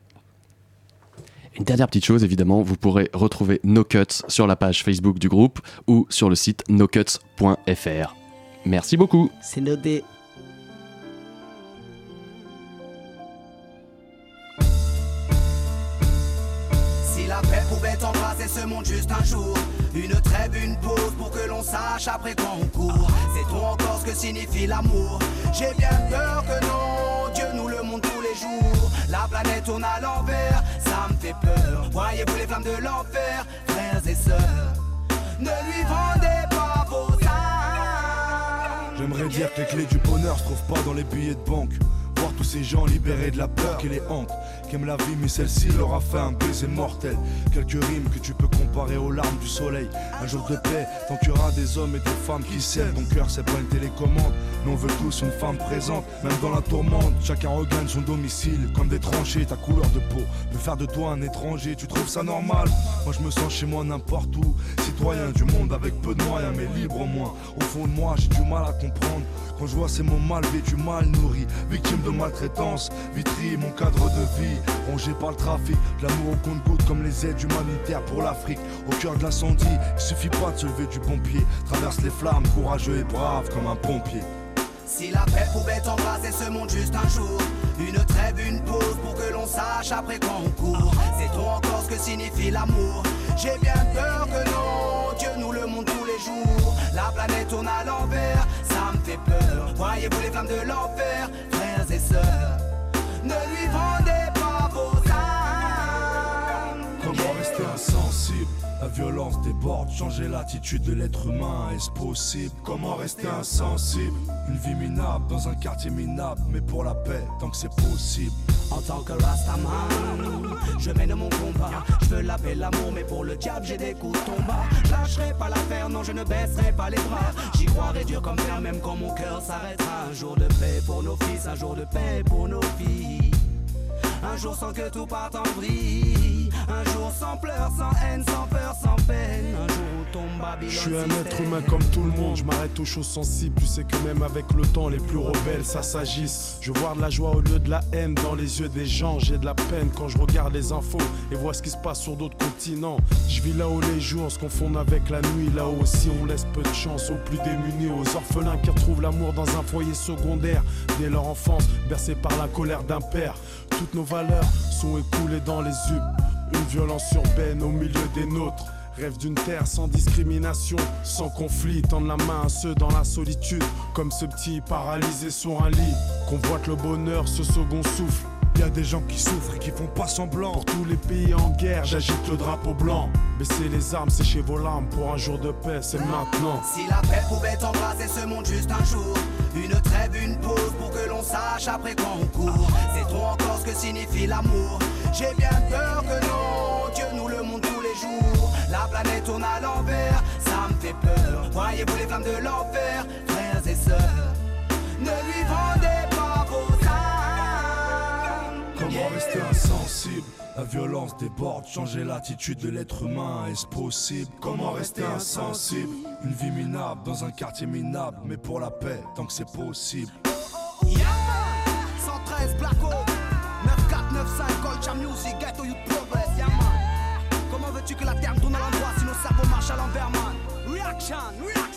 Une dernière petite chose, évidemment, vous pourrez retrouver No Cuts sur la page Facebook du groupe ou sur le site nocuts.fr. Merci beaucoup. C'est noté. La paix pouvait embrasser ce monde juste un jour. Une trêve, une pause pour que l'on sache après quand on court. Sait-on encore ce que signifie l'amour? J'ai bien peur que non, Dieu nous le montre tous les jours. La planète tourne à l'envers, ça me fait peur. Voyez-vous les flammes de l'enfer, frères et sœurs, ne lui vendez pas vos âmes. J'aimerais dire que les clés du bonheur se trouvent pas dans les billets de banque. Voir tous ces gens libérés de la peur qui les hante, qui aiment la vie mais celle-ci leur a fait un baiser mortel. Quelques rimes que tu peux comparer aux larmes du soleil. Un jour de paix, tant qu'il y aura des hommes et des femmes qui s'aiment. Ton cœur c'est pas une télécommande, mais on veut tous une femme présente. Même dans la tourmente, chacun regagne son domicile. Comme des tranchées, ta couleur de peau me faire de toi un étranger, tu trouves ça normal? Moi je me sens chez moi n'importe où. Citoyen du monde avec peu de moyens mais libre au moins. Au fond de moi j'ai du mal à comprendre quand je vois ces mots mal vêtus, mal nourris, victimes de maltraitance, vitrie mon cadre de vie, rongé par le trafic, de l'amour au compte-gouttes comme les aides humanitaires pour l'Afrique. Au cœur de l'incendie, il suffit pas de se lever du pompier, traverse les flammes, courageux et brave comme un pompier. Si la paix pouvait embrasser ce monde juste un jour, une trêve, une pause pour que l'on sache après quand on court. Sait-on encore ce que signifie l'amour? J'ai bien peur que non, Dieu nous le montre tous les jours. La planète tourne à l'envers, ça me fait peur. Voyez-vous les flammes de l'enfer, frères et sœurs, ne lui vendez pas vos âmes. Comment rester insensible? La violence déborde, changer l'attitude de l'être humain, est-ce possible? Comment rester insensible? Une vie minable dans un quartier minable, mais pour la paix, tant que c'est possible. En tant que Rastaman, je mène mon combat. Je veux la paix, l'amour, mais pour le diable j'ai des coups de tomba. Je lâcherai pas l'affaire, non je ne baisserai pas les bras. J'y croirai dur comme fer, même quand mon cœur s'arrêtera. Un jour de paix pour nos fils, un jour de paix pour nos filles. Un jour sans que tout parte en vrille. Un jour sans pleurs, sans haine, sans peur, sans peine. Un jour où tombe Babylone. Je suis un être humain comme tout le monde, je m'arrête aux choses sensibles. Tu sais que même avec le temps, les plus rebelles, ça s'agisse. Je vois de la joie au lieu de la haine dans les yeux des gens. J'ai de la peine quand je regarde les infos et vois ce qui se passe sur d'autres continents. Je vis là où les jours se confondent avec la nuit. Là aussi on laisse peu de chance aux plus démunis, aux orphelins qui retrouvent l'amour dans un foyer secondaire. Dès leur enfance, bercés par la colère d'un père. Toutes nos valeurs sont écoulées dans les yeux. Une violence urbaine au milieu des nôtres. Rêve d'une terre sans discrimination, sans conflit. Tendre la main à ceux dans la solitude, comme ce petit paralysé sur un lit. Convoite le bonheur, ce second souffle. Y a des gens qui souffrent et qui font pas semblant. Pour tous les pays en guerre, j'agite le drapeau blanc. Baissez les armes, séchez vos larmes. Pour un jour de paix, c'est maintenant. Si la paix pouvait embraser ce monde juste un jour, une trêve, une pause pour que l'on sache après quand on court. C'est trop encore ce que signifie l'amour. J'ai bien peur que non, Dieu nous le montre tous les jours. La planète tourne à l'envers, ça me fait peur. Voyez-vous les flammes de l'enfer, frères et sœurs, ne lui vendez pas vos âmes. Comment rester insensible? La violence déborde, changer l'attitude de l'être humain, est-ce possible? Comment rester insensible? Une vie minable dans un quartier minable, mais pour la paix, tant que c'est possible. Yeah, 113 Blacko, 9495 Culture Music, Ghetto Youth Progress, yeah man. Comment veux-tu que la terre tourne à l'endroit si nos cerveaux marchent à l'envers, man? Reaction, reaction.